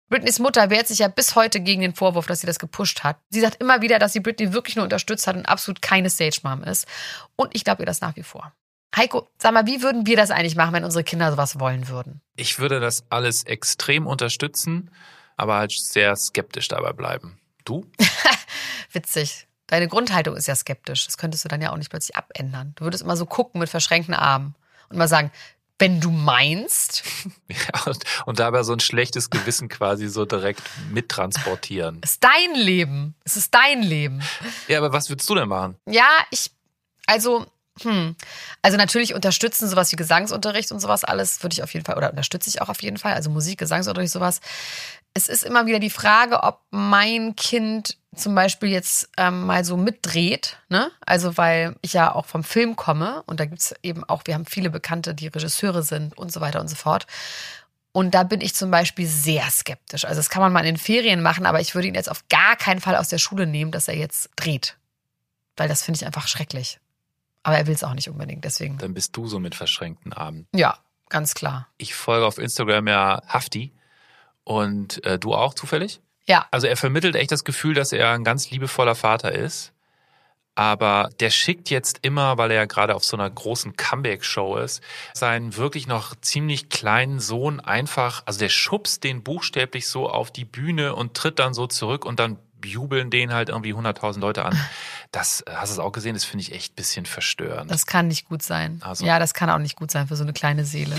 Britneys Mutter wehrt sich ja bis heute gegen den Vorwurf, dass sie das gepusht hat. Sie sagt immer wieder, dass sie Britney wirklich nur unterstützt hat und absolut keine Stage-Mom ist. Und ich glaube ihr das nach wie vor. Heiko, sag mal, wie würden wir das eigentlich machen, wenn unsere Kinder sowas wollen würden? Ich würde das alles extrem unterstützen, aber halt sehr skeptisch dabei bleiben. Du? Witzig. Deine Grundhaltung ist ja skeptisch. Das könntest du dann ja auch nicht plötzlich abändern. Du würdest immer so gucken mit verschränkten Armen und mal sagen, wenn du meinst. Ja, und, und dabei so ein schlechtes Gewissen quasi so direkt mittransportieren. Es ist dein Leben. Es ist dein Leben. Ja, aber was würdest du denn machen? Ja, ich, also, hm, also natürlich unterstützen sowas wie Gesangsunterricht und sowas alles würde ich auf jeden Fall, oder unterstütze ich auch auf jeden Fall, also Musik, Gesangsunterricht, sowas. Es ist immer wieder die Frage, ob mein Kind zum Beispiel jetzt ähm, mal so mitdreht, ne? Also weil ich ja auch vom Film komme und da gibt's eben auch, wir haben viele Bekannte, die Regisseure sind und so weiter und so fort. Und da bin ich zum Beispiel sehr skeptisch. Also das kann man mal in den Ferien machen, aber ich würde ihn jetzt auf gar keinen Fall aus der Schule nehmen, dass er jetzt dreht. Weil das finde ich einfach schrecklich. Aber er will es auch nicht unbedingt, deswegen. Dann bist du so mit verschränkten Armen. Ja, ganz klar. Ich folge auf Instagram ja Hafti. Und äh, du auch zufällig? Ja. Also er vermittelt echt das Gefühl, dass er ein ganz liebevoller Vater ist. Aber der schickt jetzt immer, weil er ja gerade auf so einer großen Comeback-Show ist, seinen wirklich noch ziemlich kleinen Sohn einfach, also der schubst den buchstäblich so auf die Bühne und tritt dann so zurück und dann jubeln den halt irgendwie hunderttausend Leute an. Das, hast du es auch gesehen? Das finde ich echt ein bisschen verstörend. Das kann nicht gut sein. Also. Ja, das kann auch nicht gut sein für so eine kleine Seele.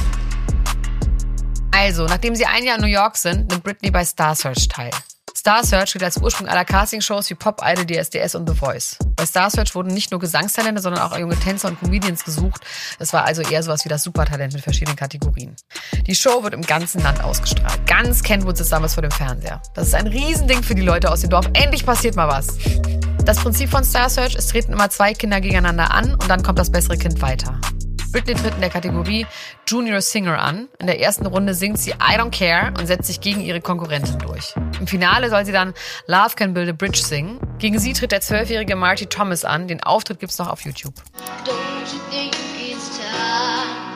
Also, nachdem sie ein Jahr in New York sind, nimmt Britney bei Star Search teil. Star Search gilt als Ursprung aller Castingshows wie Pop Idol, D S D S und The Voice. Bei Star Search wurden nicht nur Gesangstalente, sondern auch junge Tänzer und Comedians gesucht. Das war also eher sowas wie das Supertalent mit verschiedenen Kategorien. Die Show wird im ganzen Land ausgestrahlt. Ganz Kentwood sitzt damals vor dem Fernseher. Das ist ein Riesending für die Leute aus dem Dorf. Endlich passiert mal was. Das Prinzip von Star Search, es treten immer zwei Kinder gegeneinander an und dann kommt das bessere Kind weiter. Britney tritt in der Kategorie Junior Singer an. In der ersten Runde singt sie I Don't Care und setzt sich gegen ihre Konkurrentin durch. Im Finale soll sie dann Love Can Build a Bridge singen. Gegen sie tritt der zwölfjährige Marty Thomas an. Den Auftritt gibt's noch auf YouTube. Don't you think it's time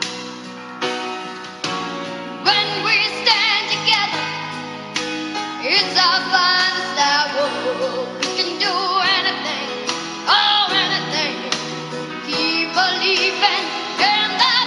when we stand together? It's our finest hour. We can do anything, oh anything. Keep believing in the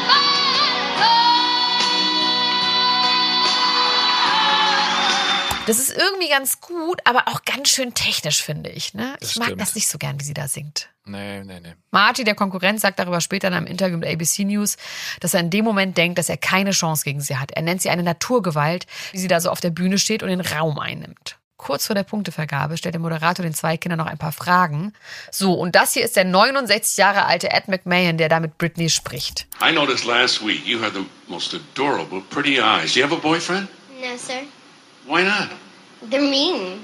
Das ist irgendwie ganz gut, aber auch ganz schön technisch, finde ich. Ne? Das ich mag stimmt. das nicht so gern, wie sie da singt. Nee, nee, nee. Marty, der Konkurrent, sagt darüber später in einem Interview mit A B C News, dass er in dem Moment denkt, dass er keine Chance gegen sie hat. Er nennt sie eine Naturgewalt, wie sie da so auf der Bühne steht und den Raum einnimmt. Kurz vor der Punktevergabe stellt der Moderator den zwei Kindern noch ein paar Fragen. So, und das hier ist der neunundsechzig Jahre alte Ed McMahon, der da mit Britney spricht. I noticed last week you had the most adorable, pretty eyes. You have a boyfriend? No, sir. Why not? They're mean.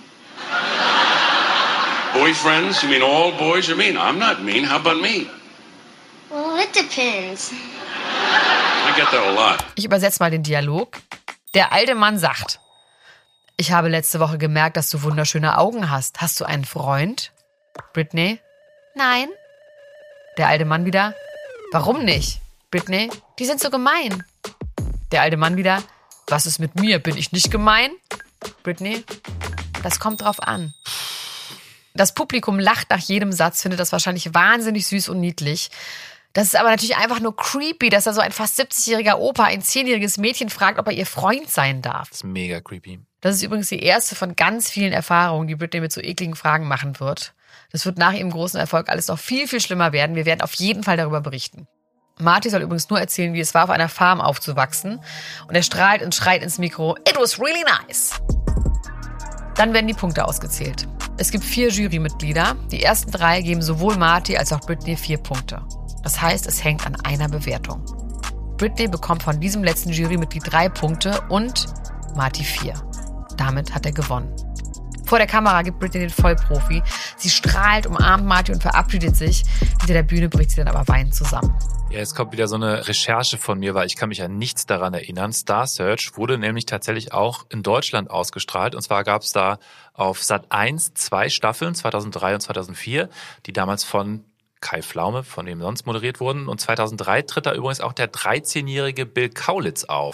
Boyfriends? You mean all boys are mean? I'm not mean. How about me? Well, it depends. I get that a lot. Ich übersetze mal den Dialog. Der alte Mann sagt: Ich habe letzte Woche gemerkt, dass du wunderschöne Augen hast. Hast du einen Freund? Britney? Nein. Der alte Mann wieder: Warum nicht? Britney? Die sind so gemein. Der alte Mann wieder: Was ist mit mir? Bin ich nicht gemein? Britney? Das kommt drauf an. Das Publikum lacht nach jedem Satz, findet das wahrscheinlich wahnsinnig süß und niedlich. Das ist aber natürlich einfach nur creepy, dass da so ein fast siebzigjähriger Opa ein zehnjähriges Mädchen fragt, ob er ihr Freund sein darf. Das ist mega creepy. Das ist übrigens die erste von ganz vielen Erfahrungen, die Britney mit so ekligen Fragen machen wird. Das wird nach ihrem großen Erfolg alles noch viel, viel schlimmer werden. Wir werden auf jeden Fall darüber berichten. Marty soll übrigens nur erzählen, wie es war, auf einer Farm aufzuwachsen. Und er strahlt und schreit ins Mikro: It was really nice. Dann werden die Punkte ausgezählt. Es gibt vier Jurymitglieder. Die ersten drei geben sowohl Marty als auch Britney vier Punkte. Das heißt, es hängt an einer Bewertung. Britney bekommt von diesem letzten Jurymitglied drei Punkte und Marty vier. Damit hat er gewonnen. Vor der Kamera gibt Britney den Vollprofi. Sie strahlt, umarmt Marty und verabschiedet sich. Hinter der Bühne bricht sie dann aber weinend zusammen. Ja, jetzt kommt wieder so eine Recherche von mir, weil ich kann mich an nichts daran erinnern. Star Search wurde nämlich tatsächlich auch in Deutschland ausgestrahlt. Und zwar gab es da auf Sat eins zwei Staffeln, zweitausenddrei und zweitausendvier, die damals von Kai Pflaume, von wem sonst moderiert wurden. Und zweitausenddrei tritt da übrigens auch der dreizehnjährige Bill Kaulitz auf.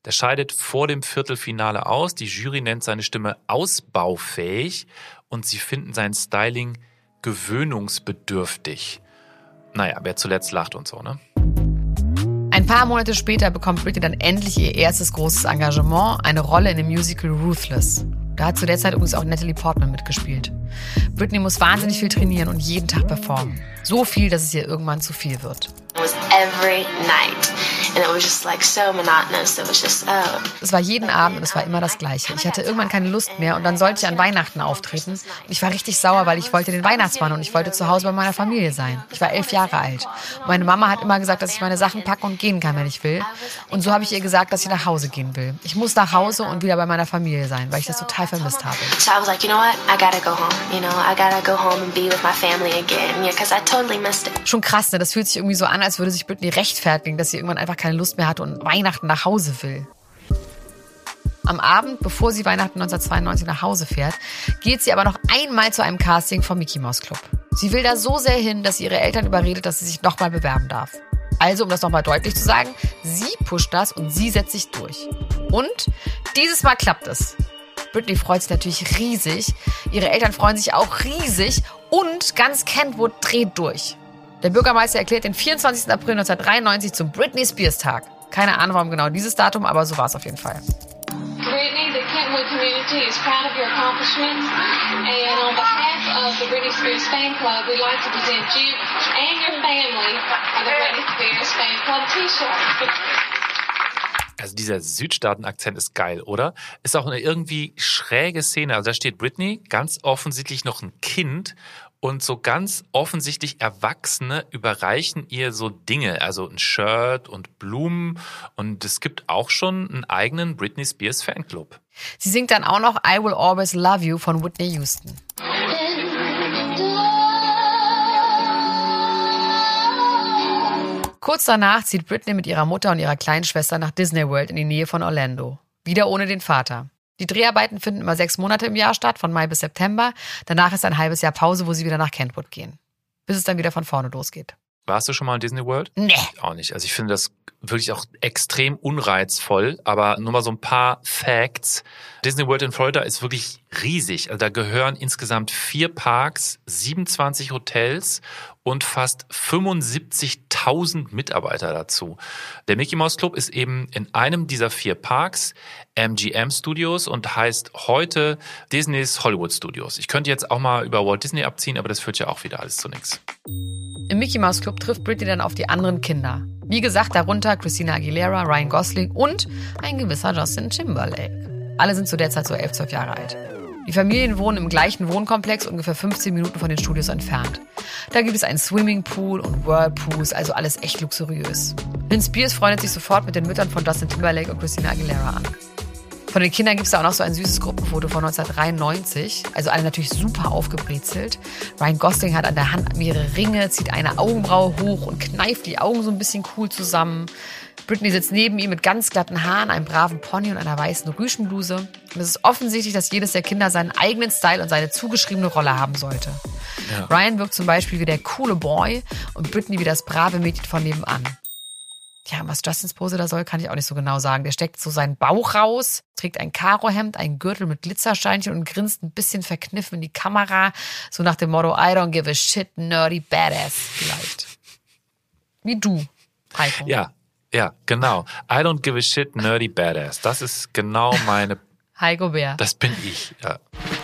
Der scheidet vor dem Viertelfinale aus. Die Jury nennt seine Stimme ausbaufähig und sie finden sein Styling gewöhnungsbedürftig. Naja, wer zuletzt lacht und so, ne? Ein paar Monate später bekommt Britney dann endlich ihr erstes großes Engagement, eine Rolle in dem Musical Ruthless. Da hat zu der Zeit übrigens auch Natalie Portman mitgespielt. Britney muss wahnsinnig viel trainieren und jeden Tag performen. So viel, dass es ihr irgendwann zu viel wird. It was every night. And it was just like so monotonous. It was just, oh. Es war jeden Abend und es war immer das Gleiche. Ich hatte irgendwann keine Lust mehr und dann sollte ich an Weihnachten auftreten. Und ich war richtig sauer, weil ich wollte den Weihnachtsmann und ich wollte zu Hause bei meiner Familie sein. Ich war elf Jahre alt. Und meine Mama hat immer gesagt, dass ich meine Sachen packe und gehen kann, wenn ich will. Und so habe ich ihr gesagt, dass ich nach Hause gehen will. Ich muss nach Hause und wieder bei meiner Familie sein, weil ich das total vermisst habe. So I was like, you know what? I gotta go home. You know, I gotta go home and be with my family again. Yeah, because I totally missed it. Schon krass, ne? Das fühlt sich irgendwie so an, als würde sich Britney rechtfertigen, dass sie irgendwann einfach keine Lust mehr hatte und Weihnachten nach Hause will. Am Abend, bevor sie Weihnachten neunzehnhundertzweiundneunzig nach Hause fährt, geht sie aber noch einmal zu einem Casting vom Mickey Mouse Club. Sie will da so sehr hin, dass sie ihre Eltern überredet, dass sie sich nochmal bewerben darf. Also, um das nochmal deutlich zu sagen, sie pusht das und sie setzt sich durch. Und dieses Mal klappt es. Britney freut sich natürlich riesig, ihre Eltern freuen sich auch riesig und ganz Kentwood dreht durch. Der Bürgermeister erklärt den vierundzwanzigsten April neunzehnhundertdreiundneunzig zum Britney Spears Tag. Keine Ahnung, warum genau dieses Datum, aber so war es auf jeden Fall. Britney, the Kentwood community is proud of your accomplishments, and on behalf of the Britney Spears Fan Club, we'd like to present you and your family with the Britney Spears Fan Club T-shirt. Also dieser Südstaaten-Akzent ist geil, oder? Ist auch eine irgendwie schräge Szene. Also da steht Britney, ganz offensichtlich noch ein Kind und so ganz offensichtlich Erwachsene überreichen ihr so Dinge, also ein Shirt und Blumen und es gibt auch schon einen eigenen Britney Spears Fanclub. Sie singt dann auch noch I Will Always Love You von Whitney Houston. Kurz danach zieht Britney mit ihrer Mutter und ihrer kleinen Schwester nach Disney World in die Nähe von Orlando. Wieder ohne den Vater. Die Dreharbeiten finden immer sechs Monate im Jahr statt, von Mai bis September. Danach ist ein halbes Jahr Pause, wo sie wieder nach Kentwood gehen. Bis es dann wieder von vorne losgeht. Warst du schon mal in Disney World? Nee. Ich auch nicht. Also ich finde das wirklich auch extrem unreizvoll. Aber nur mal so ein paar Facts. Disney World in Florida ist wirklich riesig. Also da gehören insgesamt vier Parks, siebenundzwanzig Hotels und fast fünfundsiebzigtausend Mitarbeiter dazu. Der Mickey Mouse Club ist eben in einem dieser vier Parks, M G M Studios, und heißt heute Disney's Hollywood Studios. Ich könnte jetzt auch mal über Walt Disney abziehen, aber das führt ja auch wieder alles zu nichts. Im Mickey Mouse Club trifft Britney dann auf die anderen Kinder. Wie gesagt, darunter Christina Aguilera, Ryan Gosling und ein gewisser Justin Timberlake. Alle sind zu der Zeit so elf, zwölf Jahre alt. Die Familien wohnen im gleichen Wohnkomplex, ungefähr fünfzehn Minuten von den Studios entfernt. Da gibt es einen Swimmingpool und Whirlpools, also alles echt luxuriös. Lynn Spears freundet sich sofort mit den Müttern von Justin Timberlake und Christina Aguilera an. Von den Kindern gibt es da auch noch so ein süßes Gruppenfoto von neunzehnhundertdreiundneunzig. Also alle natürlich super aufgebrezelt. Ryan Gosling hat an der Hand mehrere Ringe, zieht eine Augenbraue hoch und kneift die Augen so ein bisschen cool zusammen. Britney sitzt neben ihm mit ganz glatten Haaren, einem braven Pony und einer weißen Rüschenbluse. Und es ist offensichtlich, dass jedes der Kinder seinen eigenen Style und seine zugeschriebene Rolle haben sollte. Ja. Ryan wirkt zum Beispiel wie der coole Boy und Britney wie das brave Mädchen von nebenan. Ja, was Justins Pose da soll, kann ich auch nicht so genau sagen. Der steckt so seinen Bauch raus, trägt ein Karohemd, einen Gürtel mit Glitzersteinchen und grinst ein bisschen verkniffen in die Kamera. So nach dem Motto, I don't give a shit, nerdy badass vielleicht. Wie du, Heiko. Ja, ja, genau. I don't give a shit, nerdy badass. Das ist genau meine... Heiko Bär. Das bin ich, ja.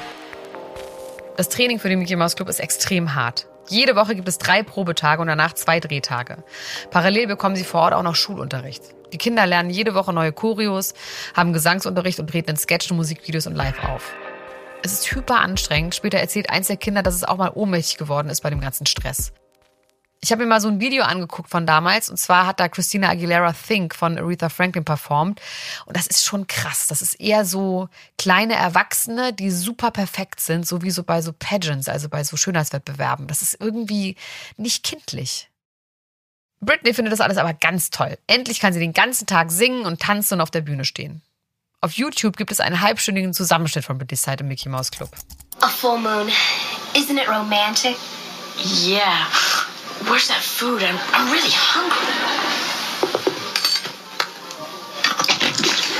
Das Training für den Mickey Mouse Club ist extrem hart. Jede Woche gibt es drei Probetage und danach zwei Drehtage. Parallel bekommen sie vor Ort auch noch Schulunterricht. Die Kinder lernen jede Woche neue Choreos, haben Gesangsunterricht und treten in Sketchen, Musikvideos und live auf. Es ist hyper anstrengend. Später erzählt eins der Kinder, dass es auch mal ohnmächtig geworden ist bei dem ganzen Stress. Ich habe mir mal so ein Video angeguckt von damals, und zwar hat da Christina Aguilera Think von Aretha Franklin performt. Und das ist schon krass. Das ist eher so kleine Erwachsene, die super perfekt sind, so wie so bei so Pageants, also bei so Schönheitswettbewerben. Das ist irgendwie nicht kindlich. Britney findet das alles aber ganz toll. Endlich kann sie den ganzen Tag singen und tanzen und auf der Bühne stehen. Auf YouTube gibt es einen halbstündigen Zusammenschnitt von Britney's Zeit im Mickey Mouse Club. A full moon. Isn't it romantic? Yeah. Where's that food? I'm, I'm really hungry.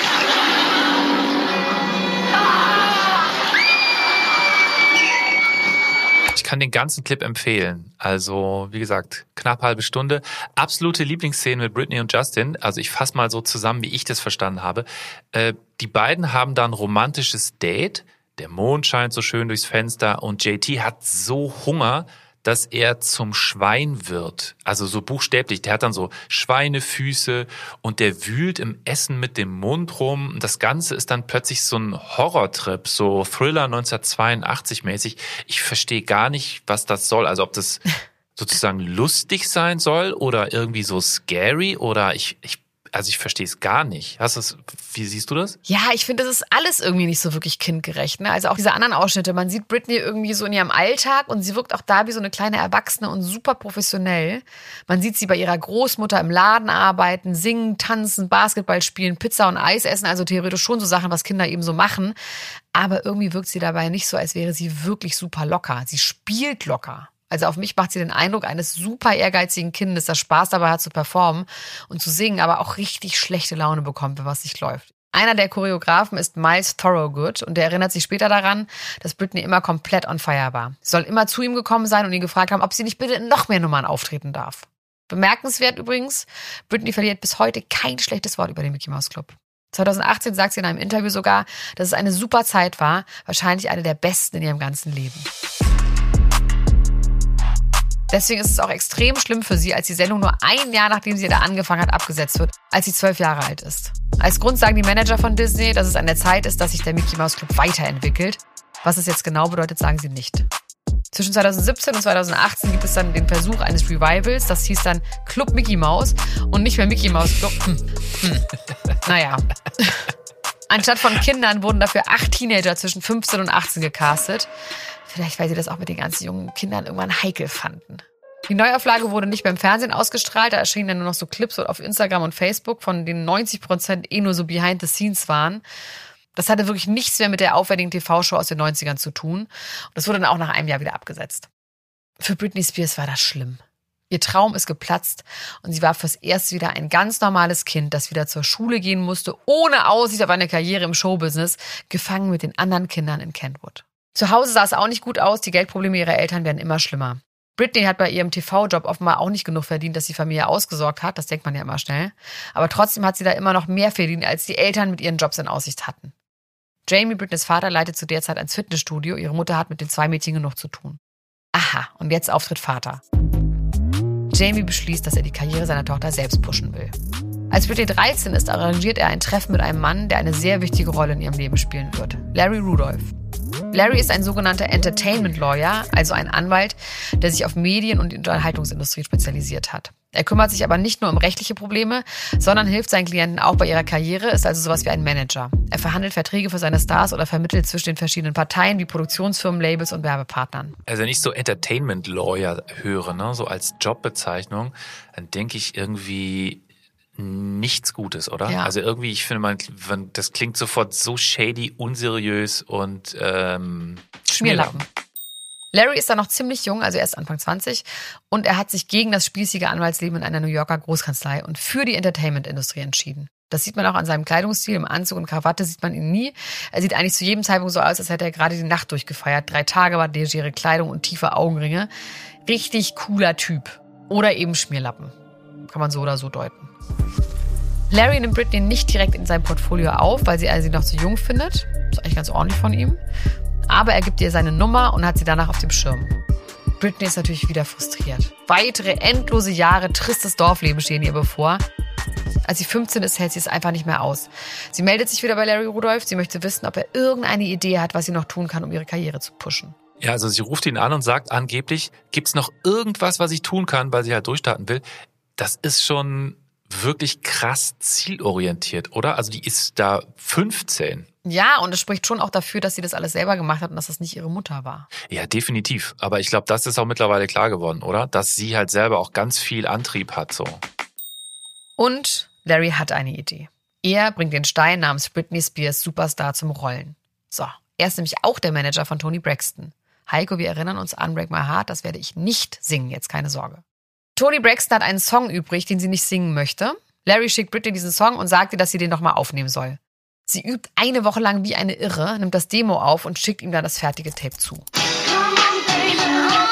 kann den ganzen Clip empfehlen. Also, wie gesagt, knapp halbe Stunde. Absolute Lieblingsszene mit Britney und Justin. Also ich fasse mal so zusammen, wie ich das verstanden habe. Äh, die beiden haben da ein romantisches Date. Der Mond scheint so schön durchs Fenster und J T hat so Hunger, dass er zum Schwein wird. Also so buchstäblich. Der hat dann so Schweinefüße und der wühlt im Essen mit dem Mund rum. Und das Ganze ist dann plötzlich so ein Horrortrip, so Thriller neunzehnhundertzweiundachtzig mäßig. Ich verstehe gar nicht, was das soll. Also ob das sozusagen lustig sein soll oder irgendwie so scary oder ich, ich Also ich verstehe es gar nicht. Hast du's, wie siehst du das? Ja, ich finde, das ist alles irgendwie nicht so wirklich kindgerecht. Ne? Also auch diese anderen Ausschnitte. Man sieht Britney irgendwie so in ihrem Alltag und sie wirkt auch da wie so eine kleine Erwachsene und super professionell. Man sieht sie bei ihrer Großmutter im Laden arbeiten, singen, tanzen, Basketball spielen, Pizza und Eis essen. Also theoretisch schon so Sachen, was Kinder eben so machen. Aber irgendwie wirkt sie dabei nicht so, als wäre sie wirklich super locker. Sie spielt locker. Also auf mich macht sie den Eindruck eines super ehrgeizigen Kindes, das Spaß dabei hat zu performen und zu singen, aber auch richtig schlechte Laune bekommt, wenn was nicht läuft. Einer der Choreografen ist Miles Thorogood und der erinnert sich später daran, dass Britney immer komplett on fire war. Sie soll immer zu ihm gekommen sein und ihn gefragt haben, ob sie nicht bitte in noch mehr Nummern auftreten darf. Bemerkenswert übrigens, Britney verliert bis heute kein schlechtes Wort über den Mickey Mouse Club. zwanzig achtzehn sagt sie in einem Interview sogar, dass es eine super Zeit war, wahrscheinlich eine der besten in ihrem ganzen Leben. Deswegen ist es auch extrem schlimm für sie, als die Sendung nur ein Jahr, nachdem sie da angefangen hat, abgesetzt wird, als sie zwölf Jahre alt ist. Als Grund sagen die Manager von Disney, dass es an der Zeit ist, dass sich der Mickey Mouse Club weiterentwickelt. Was es jetzt genau bedeutet, sagen sie nicht. Zwischen zwanzig siebzehn und zwanzig achtzehn gibt es dann den Versuch eines Revivals. Das hieß dann Club Mickey Mouse und nicht mehr Mickey Mouse Club. Hm. Hm. Naja. Anstatt von Kindern wurden dafür acht Teenager zwischen fünfzehn und achtzehn gecastet. Vielleicht, weil sie das auch mit den ganzen jungen Kindern irgendwann heikel fanden. Die Neuauflage wurde nicht beim Fernsehen ausgestrahlt, da erschienen dann nur noch so Clips auf Instagram und Facebook, von denen neunzig Prozent eh nur so behind the scenes waren. Das hatte wirklich nichts mehr mit der aufwendigen T V-Show aus den neunzigern zu tun. Und das wurde dann auch nach einem Jahr wieder abgesetzt. Für Britney Spears war das schlimm. Ihr Traum ist geplatzt und sie war fürs Erste wieder ein ganz normales Kind, das wieder zur Schule gehen musste, ohne Aussicht auf eine Karriere im Showbusiness, gefangen mit den anderen Kindern in Kentwood. Zu Hause sah es auch nicht gut aus, die Geldprobleme ihrer Eltern werden immer schlimmer. Britney hat bei ihrem T V-Job offenbar auch nicht genug verdient, dass die Familie ausgesorgt hat, das denkt man ja immer schnell. Aber trotzdem hat sie da immer noch mehr verdient, als die Eltern mit ihren Jobs in Aussicht hatten. Jamie, Britneys Vater, leitet zu der Zeit ein Fitnessstudio, ihre Mutter hat mit den zwei Mädchen genug zu tun. Aha, und jetzt auftritt Vater. Jamie beschließt, dass er die Karriere seiner Tochter selbst pushen will. Als Britney dreizehn ist, arrangiert er ein Treffen mit einem Mann, der eine sehr wichtige Rolle in ihrem Leben spielen wird. Larry Rudolph. Larry ist ein sogenannter Entertainment Lawyer, also ein Anwalt, der sich auf Medien- und Unterhaltungsindustrie spezialisiert hat. Er kümmert sich aber nicht nur um rechtliche Probleme, sondern hilft seinen Klienten auch bei ihrer Karriere, ist also sowas wie ein Manager. Er verhandelt Verträge für seine Stars oder vermittelt zwischen den verschiedenen Parteien wie Produktionsfirmen, Labels und Werbepartnern. Also wenn ich so Entertainment Lawyer höre, ne, so als Jobbezeichnung, dann denke ich irgendwie nichts Gutes, oder? Ja. Also irgendwie, ich finde, man, das klingt sofort so shady, unseriös und ähm, Schmierlappen. Larry ist da noch ziemlich jung, also erst Anfang zwanzig, und er hat sich gegen das spießige Anwaltsleben in einer New Yorker Großkanzlei und für die Entertainment-Industrie entschieden. Das sieht man auch an seinem Kleidungsstil. Im Anzug und Krawatte sieht man ihn nie. Er sieht eigentlich zu jedem Zeitpunkt so aus, als hätte er gerade die Nacht durchgefeiert. Drei Tage war legere Kleidung und tiefe Augenringe. Richtig cooler Typ. Oder eben Schmierlappen. Kann man so oder so deuten. Larry nimmt Britney nicht direkt in sein Portfolio auf, weil sie sie noch zu jung findet. Ist eigentlich ganz ordentlich von ihm. Aber er gibt ihr seine Nummer und hat sie danach auf dem Schirm. Britney ist natürlich wieder frustriert. Weitere endlose Jahre tristes Dorfleben stehen ihr bevor. Als sie fünfzehn ist, hält sie es einfach nicht mehr aus. Sie meldet sich wieder bei Larry Rudolph. Sie möchte wissen, ob er irgendeine Idee hat, was sie noch tun kann, um ihre Karriere zu pushen. Ja, also sie ruft ihn an und sagt angeblich, gibt's noch irgendwas, was ich tun kann, weil sie halt durchstarten will. Das ist schon wirklich krass zielorientiert, oder? Also die ist da fünfzehn. Ja, und es spricht schon auch dafür, dass sie das alles selber gemacht hat und dass das nicht ihre Mutter war. Ja, definitiv. Aber ich glaube, das ist auch mittlerweile klar geworden, oder? Dass sie halt selber auch ganz viel Antrieb hat, so. Und Larry hat eine Idee. Er bringt den Stein namens Britney Spears Superstar zum Rollen. So, er ist nämlich auch der Manager von Toni Braxton. Heiko, wir erinnern uns an Break My Heart, das werde ich nicht singen, jetzt keine Sorge. Toni Braxton hat einen Song übrig, den sie nicht singen möchte. Larry schickt Britney diesen Song und sagt ihr, dass sie den nochmal aufnehmen soll. Sie übt eine Woche lang wie eine Irre, nimmt das Demo auf und schickt ihm dann das fertige Tape zu. Come on, baby.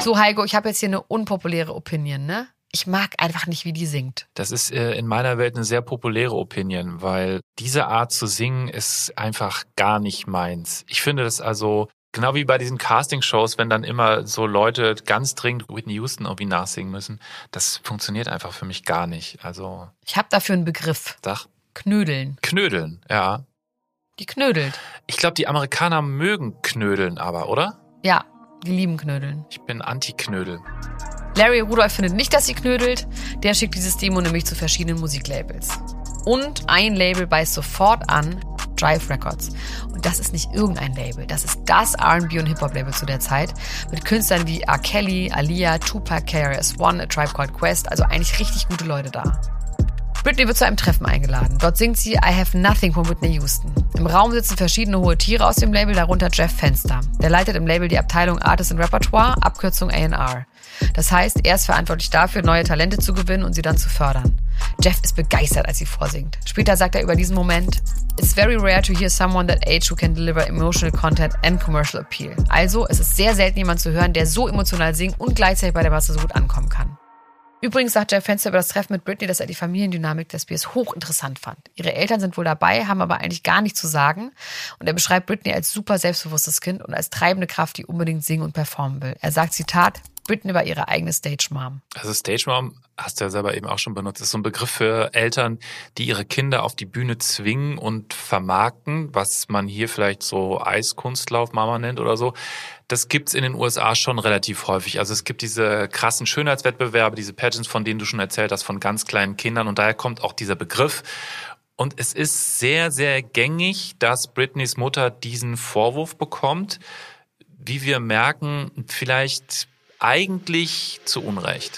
So, Heiko, ich habe jetzt hier eine unpopuläre Opinion, ne? Ich mag einfach nicht, wie die singt. Das ist äh, in meiner Welt eine sehr populäre Opinion, weil diese Art zu singen ist einfach gar nicht meins. Ich finde das also, genau wie bei diesen Castingshows, wenn dann immer so Leute ganz dringend Whitney Houston irgendwie nachsingen müssen, das funktioniert einfach für mich gar nicht. Also ich habe dafür einen Begriff. Sag. Knödeln. Knödeln, ja. Die knödelt. Ich glaube, die Amerikaner mögen Knödeln aber, oder? Ja, die lieben Knödeln. Ich bin Anti-Knödel. Larry Rudolph findet nicht, dass sie knödelt. Der schickt dieses Demo nämlich zu verschiedenen Musiklabels. Und ein Label beißt sofort an, Jive Records. Und das ist nicht irgendein Label. Das ist das R and B- und Hip-Hop-Label zu der Zeit. Mit Künstlern wie R. Kelly, Aaliyah, Tupac, K R S One, A Tribe Called Quest. Also eigentlich richtig gute Leute da. Britney wird zu einem Treffen eingeladen. Dort singt sie I Have Nothing von Whitney Houston. Im Raum sitzen verschiedene hohe Tiere aus dem Label, darunter Jeff Fenster. Der leitet im Label die Abteilung Artist and Repertoire, Abkürzung A and R. Das heißt, er ist verantwortlich dafür, neue Talente zu gewinnen und sie dann zu fördern. Jeff ist begeistert, als sie vorsingt. Später sagt er über diesen Moment, It's very rare to hear someone that age who can deliver emotional content and commercial appeal. Also, es ist sehr selten, jemanden zu hören, der so emotional singt und gleichzeitig bei der Masse so gut ankommen kann. Übrigens sagt Jeff Fenster über das Treffen mit Britney, dass er die Familiendynamik der Spears hochinteressant fand. Ihre Eltern sind wohl dabei, haben aber eigentlich gar nichts zu sagen. Und er beschreibt Britney als super selbstbewusstes Kind und als treibende Kraft, die unbedingt singen und performen will. Er sagt, Zitat, Britney war ihre eigene Stage-Mom. Also Stage-Mom, hast du ja selber eben auch schon benutzt, ist so ein Begriff für Eltern, die ihre Kinder auf die Bühne zwingen und vermarkten, was man hier vielleicht so Eiskunstlauf-Mama nennt oder so. Das gibt's in den U S A schon relativ häufig. Also es gibt diese krassen Schönheitswettbewerbe, diese Pageants, von denen du schon erzählt hast, von ganz kleinen Kindern. Und daher kommt auch dieser Begriff. Und es ist sehr, sehr gängig, dass Britneys Mutter diesen Vorwurf bekommt. Wie wir merken, vielleicht eigentlich zu Unrecht.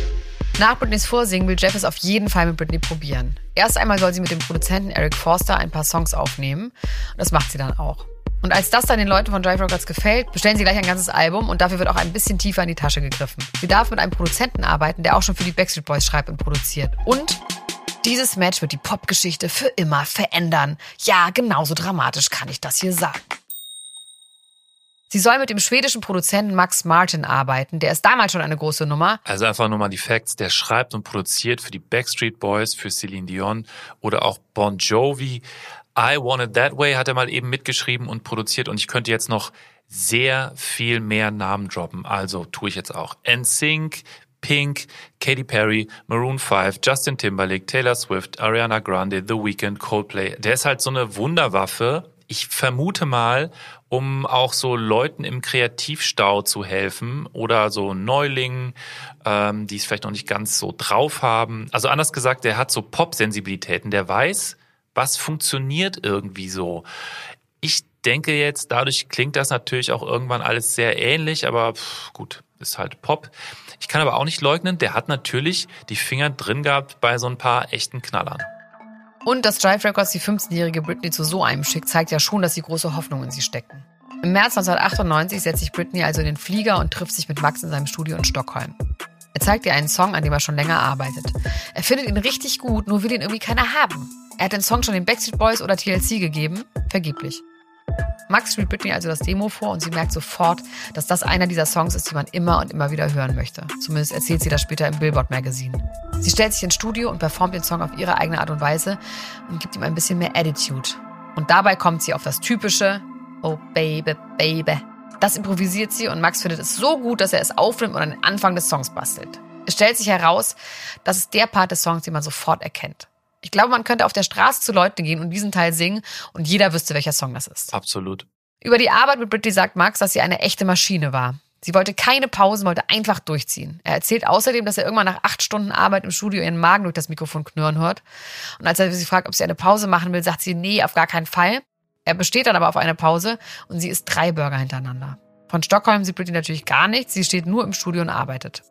Nach Britneys Vorsingen will Jeff es auf jeden Fall mit Britney probieren. Erst einmal soll sie mit dem Produzenten Eric Forster ein paar Songs aufnehmen. Und das macht sie dann auch. Und als das dann den Leuten von Jive Records gefällt, bestellen sie gleich ein ganzes Album und dafür wird auch ein bisschen tiefer in die Tasche gegriffen. Sie darf mit einem Produzenten arbeiten, der auch schon für die Backstreet Boys schreibt und produziert. Und dieses Match wird die Popgeschichte für immer verändern. Ja, genauso dramatisch kann ich das hier sagen. Sie soll mit dem schwedischen Produzenten Max Martin arbeiten. Der ist damals schon eine große Nummer. Also einfach nur mal die Facts. Der schreibt und produziert für die Backstreet Boys, für Celine Dion oder auch Bon Jovi. I Want It That Way hat er mal eben mitgeschrieben und produziert. Und ich könnte jetzt noch sehr viel mehr Namen droppen. Also tue ich jetzt auch. N Sync, Pink, Katy Perry, Maroon five, Justin Timberlake, Taylor Swift, Ariana Grande, The Weeknd, Coldplay. Der ist halt so eine Wunderwaffe. Ich vermute mal, um auch so Leuten im Kreativstau zu helfen oder so Neulingen, ähm, die es vielleicht noch nicht ganz so drauf haben. Also anders gesagt, der hat so Pop-Sensibilitäten. Der weiß, was funktioniert irgendwie so. Ich denke jetzt, dadurch klingt das natürlich auch irgendwann alles sehr ähnlich, aber pff, gut, ist halt Pop. Ich kann aber auch nicht leugnen, der hat natürlich die Finger drin gehabt bei so ein paar echten Knallern. Und dass Jive Records die fünfzehnjährige Britney zu so einem schickt, zeigt ja schon, dass sie große Hoffnung in sie stecken. Im März neunzehnhundertachtundneunzig setzt sich Britney also in den Flieger und trifft sich mit Max in seinem Studio in Stockholm. Er zeigt ihr einen Song, an dem er schon länger arbeitet. Er findet ihn richtig gut, nur will ihn irgendwie keiner haben. Er hat den Song schon den Backstreet Boys oder T L C gegeben, vergeblich. Max spielt Britney also das Demo vor und sie merkt sofort, dass das einer dieser Songs ist, die man immer und immer wieder hören möchte. Zumindest erzählt sie das später im Billboard Magazine. Sie stellt sich ins Studio und performt den Song auf ihre eigene Art und Weise und gibt ihm ein bisschen mehr Attitude. Und dabei kommt sie auf das typische Oh Baby, Baby. Das improvisiert sie und Max findet es so gut, dass er es aufnimmt und an den Anfang des Songs bastelt. Es stellt sich heraus, das ist der Part des Songs, den man sofort erkennt. Ich glaube, man könnte auf der Straße zu Leuten gehen und diesen Teil singen und jeder wüsste, welcher Song das ist. Absolut. Über die Arbeit mit Britney sagt Max, dass sie eine echte Maschine war. Sie wollte keine Pausen, wollte einfach durchziehen. Er erzählt außerdem, dass er irgendwann nach acht Stunden Arbeit im Studio ihren Magen durch das Mikrofon knurren hört. Und als er sie fragt, ob sie eine Pause machen will, sagt sie, nee, auf gar keinen Fall. Er besteht dann aber auf eine Pause und sie isst drei Burger hintereinander. Von Stockholm sieht Britney natürlich gar nichts, sie steht nur im Studio und arbeitet.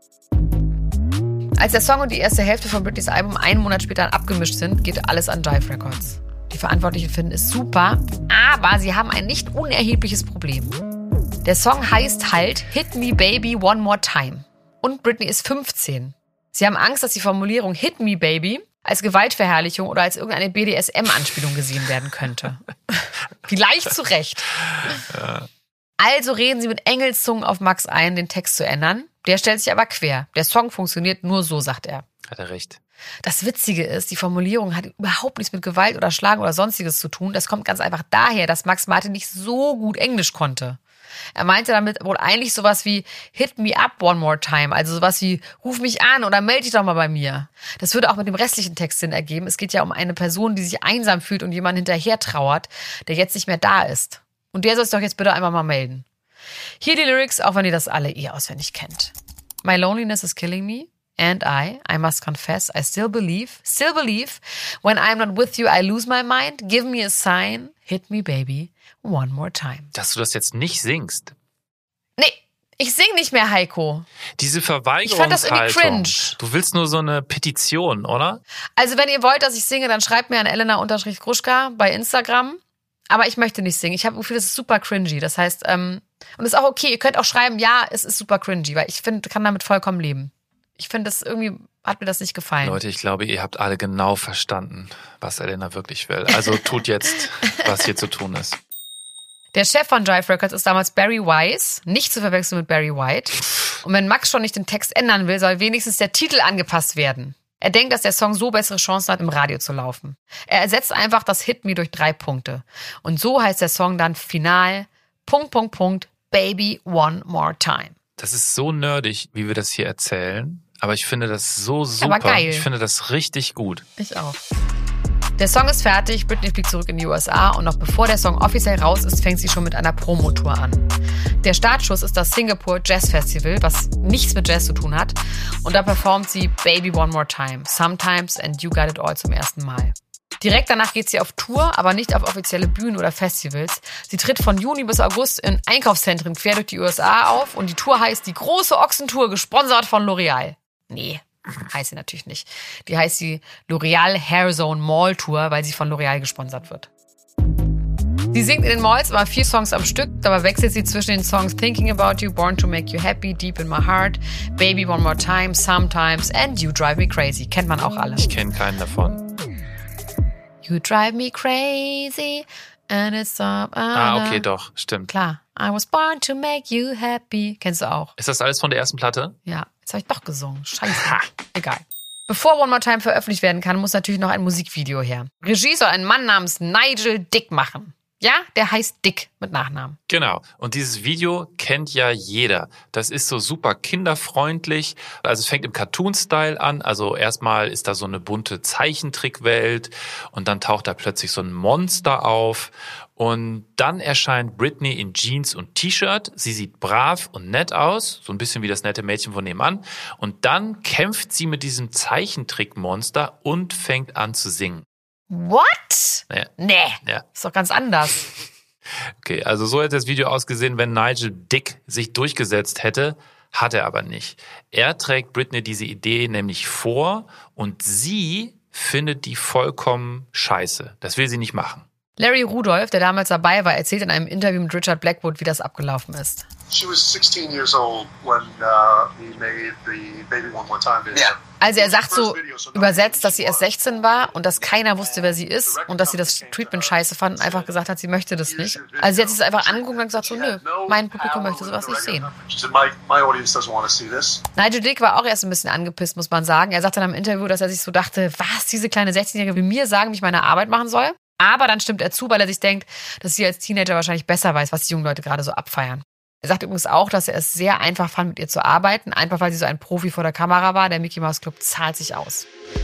Als der Song und die erste Hälfte von Britneys Album einen Monat später abgemischt sind, geht alles an Jive Records. Die Verantwortlichen finden es super, aber sie haben ein nicht unerhebliches Problem. Der Song heißt halt Hit Me Baby One More Time. Und Britney ist fünfzehn. Sie haben Angst, dass die Formulierung Hit Me Baby als Gewaltverherrlichung oder als irgendeine B D S M-Anspielung gesehen werden könnte. Vielleicht zu Recht. Ja. Also reden sie mit Engelszungen auf Max ein, den Text zu ändern. Der stellt sich aber quer. Der Song funktioniert nur so, sagt er. Hat er recht. Das Witzige ist, die Formulierung hat überhaupt nichts mit Gewalt oder Schlagen oder Sonstiges zu tun. Das kommt ganz einfach daher, dass Max Martin nicht so gut Englisch konnte. Er meinte damit wohl eigentlich sowas wie Hit me up one more time, also sowas wie Ruf mich an oder melde dich doch mal bei mir. Das würde auch mit dem restlichen Text Sinn ergeben. Es geht ja um eine Person, die sich einsam fühlt und jemanden hinterher trauert, der jetzt nicht mehr da ist. Und der soll es doch jetzt bitte einfach mal melden. Hier die Lyrics, auch wenn ihr das alle eh auswendig kennt. My loneliness is killing me. And I, I must confess, I still believe, still believe, when I'm not with you, I lose my mind. Give me a sign, hit me, baby, one more time. Dass du das jetzt nicht singst. Nee, ich sing nicht mehr, Heiko. Diese Verweigerungshaltung. Ich fand das irgendwie cringe. Du willst nur so eine Petition, oder? Also wenn ihr wollt, dass ich singe, dann schreibt mir an Elena-Gruschka bei Instagram. Aber ich möchte nicht singen. Ich habe das Gefühl, das ist super cringy. Das heißt, ähm, und es ist auch okay, ihr könnt auch schreiben, ja, es ist super cringy, weil ich finde, kann damit vollkommen leben. Ich finde, das irgendwie hat mir das nicht gefallen. Leute, ich glaube, ihr habt alle genau verstanden, was Elena wirklich will. Also tut jetzt, was hier zu tun ist. Der Chef von Jive Records ist damals Barry Wise, nicht zu verwechseln mit Barry White. Und wenn Max schon nicht den Text ändern will, soll wenigstens der Titel angepasst werden. Er denkt, dass der Song so bessere Chancen hat, im Radio zu laufen. Er ersetzt einfach das Hit Me durch drei Punkte. Und so heißt der Song dann final Punkt, Punkt, Punkt, Baby One More Time. Das ist so nerdig, wie wir das hier erzählen. Aber ich finde das so super. Aber geil. Ich finde das richtig gut. Ich auch. Der Song ist fertig, Britney fliegt zurück in die U S A und noch bevor der Song offiziell raus ist, fängt sie schon mit einer Promotour an. Der Startschuss ist das Singapore Jazz Festival, was nichts mit Jazz zu tun hat. Und da performt sie Baby One More Time, Sometimes and You Got It All zum ersten Mal. Direkt danach geht sie auf Tour, aber nicht auf offizielle Bühnen oder Festivals. Sie tritt von Juni bis August in Einkaufszentren quer durch die U S A auf und die Tour heißt die Große Ochsentour, gesponsert von L'Oreal. Nee, heißt sie natürlich nicht. Die heißt die L'Oreal Hair Zone Mall Tour, weil sie von L'Oreal gesponsert wird. Sie singt in den Malls immer vier Songs am Stück, dabei wechselt sie zwischen den Songs Thinking About You, Born to Make You Happy, Deep in My Heart, Baby One More Time, Sometimes and You Drive Me Crazy. Kennt man auch alle. Ich kenne keinen davon. You drive me crazy and it's up. Ah, okay, doch, stimmt. Klar. I was born to make you happy. Kennst du auch? Ist das alles von der ersten Platte? Ja, jetzt habe ich doch gesungen. Scheiße. Ha. Egal. Bevor One More Time veröffentlicht werden kann, muss natürlich noch ein Musikvideo her. Regie soll ein Mann namens Nigel Dick machen. Ja, der heißt Dick mit Nachnamen. Genau. Und dieses Video kennt ja jeder. Das ist so super kinderfreundlich. Also es fängt im Cartoon-Style an. Also erstmal ist da so eine bunte Zeichentrickwelt und dann taucht da plötzlich so ein Monster auf. Und dann erscheint Britney in Jeans und T-Shirt. Sie sieht brav und nett aus, so ein bisschen wie das nette Mädchen von nebenan. Und dann kämpft sie mit diesem Zeichentrickmonster und fängt an zu singen. What? Ja. Nee, Ja. ist doch ganz anders. Okay, also so hätte das Video ausgesehen, wenn Nigel Dick sich durchgesetzt hätte, hat er aber nicht. Er trägt Britney diese Idee nämlich vor und sie findet die vollkommen scheiße. Das will sie nicht machen. Larry Rudolph, der damals dabei war, erzählt in einem Interview mit Richard Blackwood, wie das abgelaufen ist. She was sixteen years old when uh, we made the Baby One More Time video. Yeah. Also er sagt so übersetzt, dass sie erst sechzehn war und dass keiner wusste, wer sie ist und dass sie das Treatment scheiße fand und einfach gesagt hat, sie möchte das nicht. Also sie hat sich das einfach angeguckt und gesagt so, nö, mein Publikum möchte sowas nicht sehen. She said, my, my audience doesn't want to see this. Nigel Dick war auch erst ein bisschen angepisst, muss man sagen. Er sagte dann im Interview, dass er sich so dachte, was, diese kleine sechzehnjährige will mir sagen, wie ich meine Arbeit machen soll? Aber dann stimmt er zu, weil er sich denkt, dass sie als Teenager wahrscheinlich besser weiß, was die jungen Leute gerade so abfeiern. Er sagt übrigens auch, dass er es sehr einfach fand, mit ihr zu arbeiten, einfach weil sie so ein Profi vor der Kamera war. Der Mickey Mouse Club zahlt sich aus.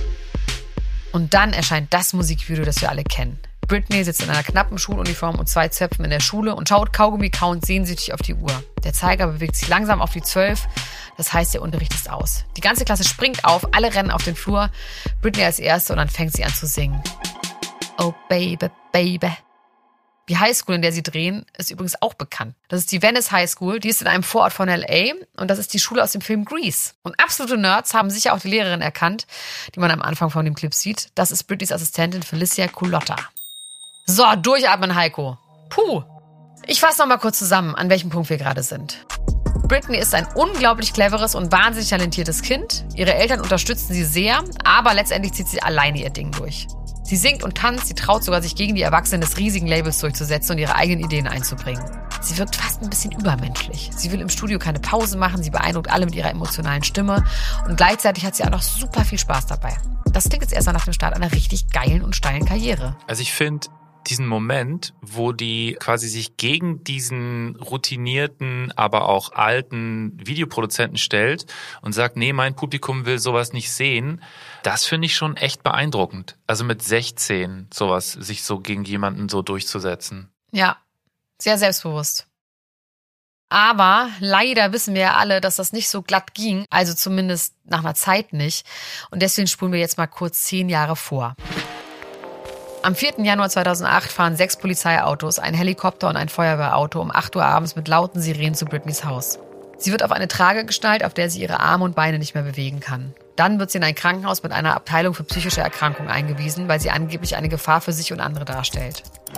Und dann erscheint das Musikvideo, das wir alle kennen. Britney sitzt in einer knappen Schuluniform und zwei Zöpfen in der Schule und schaut Kaugummi kauend sehnsüchtig auf die Uhr. Der Zeiger bewegt sich langsam auf die zwölf. Das heißt, der Unterricht ist aus. Die ganze Klasse springt auf, alle rennen auf den Flur. Britney als Erste und dann fängt sie an zu singen. Oh Baby, Baby. Die Highschool, in der sie drehen, ist übrigens auch bekannt. Das ist die Venice High School, die ist in einem Vorort von L A und das ist die Schule aus dem Film Grease. Und absolute Nerds haben sicher auch die Lehrerin erkannt, die man am Anfang von dem Clip sieht. Das ist Britneys Assistentin Felicia Culotta. So, durchatmen, Heiko. Puh. Ich fasse noch mal kurz zusammen, an welchem Punkt wir gerade sind. Britney ist ein unglaublich cleveres und wahnsinnig talentiertes Kind. Ihre Eltern unterstützen sie sehr, aber letztendlich zieht sie alleine ihr Ding durch. Sie singt und tanzt, sie traut sogar, sich gegen die Erwachsenen des riesigen Labels durchzusetzen und ihre eigenen Ideen einzubringen. Sie wirkt fast ein bisschen übermenschlich. Sie will im Studio keine Pause machen, sie beeindruckt alle mit ihrer emotionalen Stimme und gleichzeitig hat sie auch noch super viel Spaß dabei. Das klingt jetzt erst mal nach dem Start einer richtig geilen und steilen Karriere. Also ich finde diesen Moment, wo die quasi sich gegen diesen routinierten, aber auch alten Videoproduzenten stellt und sagt, nee, mein Publikum will sowas nicht sehen, das finde ich schon echt beeindruckend. Also mit sechzehn sowas, sich so gegen jemanden so durchzusetzen. Ja, sehr selbstbewusst. Aber leider wissen wir ja alle, dass das nicht so glatt ging, also zumindest nach einer Zeit nicht. Und deswegen spulen wir jetzt mal kurz zehn Jahre vor. Am vierten Januar zweitausendacht fahren sechs Polizeiautos, ein Helikopter und ein Feuerwehrauto um acht Uhr abends mit lauten Sirenen zu Britneys Haus. Sie wird auf eine Trage geschnallt, auf der sie ihre Arme und Beine nicht mehr bewegen kann. Dann wird sie in ein Krankenhaus mit einer Abteilung für psychische Erkrankungen eingewiesen, weil sie angeblich eine Gefahr für sich und andere darstellt.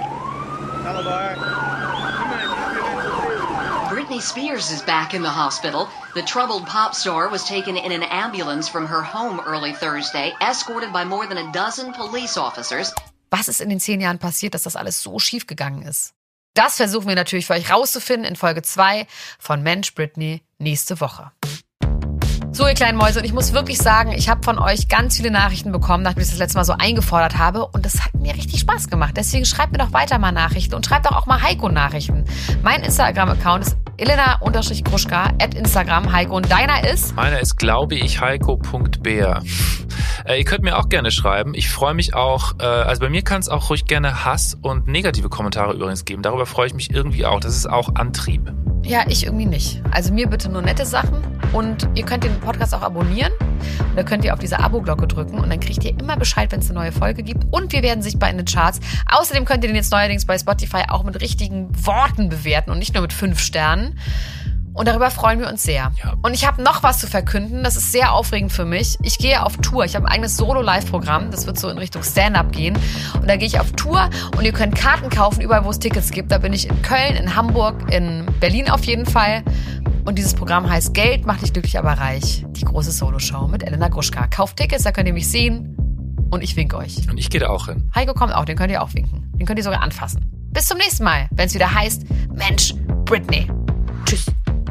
Britney Spears is back in the hospital. The troubled pop star was taken in an ambulance from her home early Thursday, escorted by more than a dozen police officers. Was ist in den zehn Jahren passiert, dass das alles so schief gegangen ist? Das versuchen wir natürlich für euch rauszufinden in Folge zwei von Mensch, Britney nächste Woche. So, ihr kleinen Mäuse, und ich muss wirklich sagen, ich habe von euch ganz viele Nachrichten bekommen, nachdem ich das letzte Mal so eingefordert habe. Und das hat mir richtig Spaß gemacht. Deswegen schreibt mir doch weiter mal Nachrichten und schreibt doch auch mal Heiko Nachrichten. Mein Instagram-Account ist Elena-Gruschka at Instagram. Heiko, und deiner ist? Meiner ist, glaube ich, heiko.bär. Äh, ihr könnt mir auch gerne schreiben. Ich freue mich auch, äh, also bei mir kann es auch ruhig gerne Hass und negative Kommentare übrigens geben. Darüber freue ich mich irgendwie auch. Das ist auch Antrieb. Ja, ich irgendwie nicht. Also mir bitte nur nette Sachen. Und ihr könnt den Podcast auch abonnieren. Und da könnt ihr auf diese Abo-Glocke drücken. Und dann kriegt ihr immer Bescheid, wenn es eine neue Folge gibt. Und wir werden sichtbar in den Charts. Außerdem könnt ihr den jetzt neuerdings bei Spotify auch mit richtigen Worten bewerten und nicht nur mit fünf Sternen. Und darüber freuen wir uns sehr. Ja. Und ich habe noch was zu verkünden. Das ist sehr aufregend für mich. Ich gehe auf Tour. Ich habe ein eigenes Solo-Live-Programm. Das wird so in Richtung Stand-Up gehen. Und da gehe ich auf Tour. Und ihr könnt Karten kaufen, überall, wo es Tickets gibt. Da bin ich in Köln, in Hamburg, in Berlin auf jeden Fall. Und dieses Programm heißt Geld macht dich glücklich, aber reich. Die große Solo-Show mit Elena Gruschka. Kauft Tickets, da könnt ihr mich sehen. Und ich winke euch. Und ich gehe da auch hin. Heiko kommt auch, den könnt ihr auch winken. Den könnt ihr sogar anfassen. Bis zum nächsten Mal, wenn es wieder heißt Mensch, Britney. Tschüss.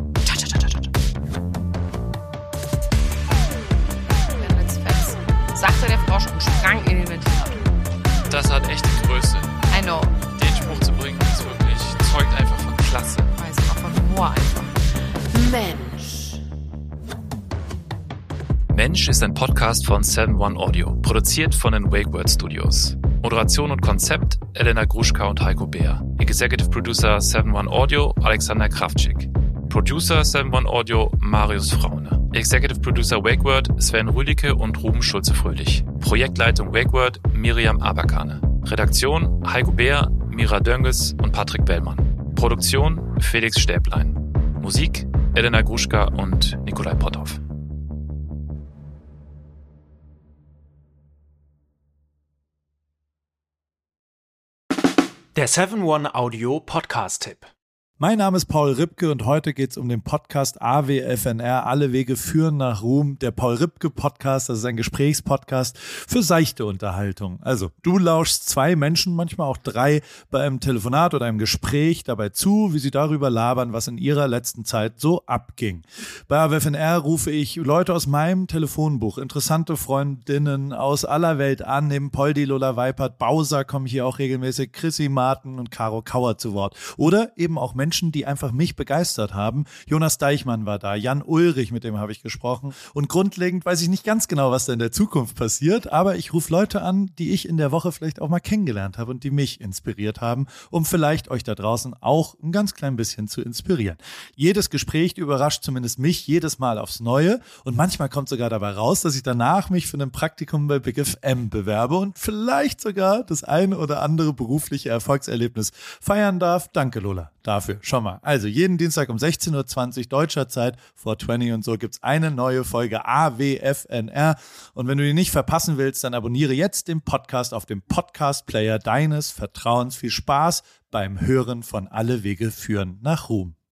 Sagte der Frosch und sprang in den Ventilator. Das hat echt die Größe. I know. Den Spruch zu bringen, ist wirklich, zeugt einfach von Klasse. Weiß auch von Humor einfach. Mensch. Mensch ist ein Podcast von seven one Audio, produziert von den WakeWord Studios. Moderation und Konzept Elena Gruschka und Heiko Bär. Executive Producer seven one Audio Alexander Kravczyk. Producer seven one Audio Marius Fraune. Executive Producer WakeWord Sven Rüdicke und Ruben Schulze-Fröhlich. Projektleitung WakeWord Miriam Aberkane. Redaktion Heiko Bär, Mira Dönges und Patrick Bellmann. Produktion Felix Stäblein. Musik Elena Gruschka und Nikolai Potthoff. Der seven one Audio Podcast-Tipp. Mein Name ist Paul Ripke und heute geht es um den Podcast A W F N R, Alle Wege führen nach Ruhm. Der Paul Ripke Podcast, das ist ein Gesprächspodcast für seichte Unterhaltung. Also du lauschst zwei Menschen, manchmal auch drei, bei einem Telefonat oder einem Gespräch dabei zu, wie sie darüber labern, was in ihrer letzten Zeit so abging. Bei A W F N R rufe ich Leute aus meinem Telefonbuch, interessante Freundinnen aus aller Welt an, neben Poldi, Lola Weipert, Bowser kommen hier auch regelmäßig, Chrissy Martin und Caro Kauer zu Wort. Oder eben auch Menschen, Menschen, die einfach mich begeistert haben. Jonas Deichmann war da, Jan Ulrich, mit dem habe ich gesprochen. Und grundlegend weiß ich nicht ganz genau, was da in der Zukunft passiert, aber ich rufe Leute an, die ich in der Woche vielleicht auch mal kennengelernt habe und die mich inspiriert haben, um vielleicht euch da draußen auch ein ganz klein bisschen zu inspirieren. Jedes Gespräch überrascht zumindest mich jedes Mal aufs Neue und manchmal kommt sogar dabei raus, dass ich danach mich für ein Praktikum bei Big F M bewerbe und vielleicht sogar das eine oder andere berufliche Erfolgserlebnis feiern darf. Danke, Lola, dafür. Schon mal. Also jeden Dienstag um sechzehn Uhr zwanzig deutscher Zeit, four twenty und so, gibt's eine neue Folge A W F N R. Und wenn du die nicht verpassen willst, dann abonniere jetzt den Podcast auf dem Podcast-Player deines Vertrauens. Viel Spaß beim Hören von Alle Wege führen nach Ruhm.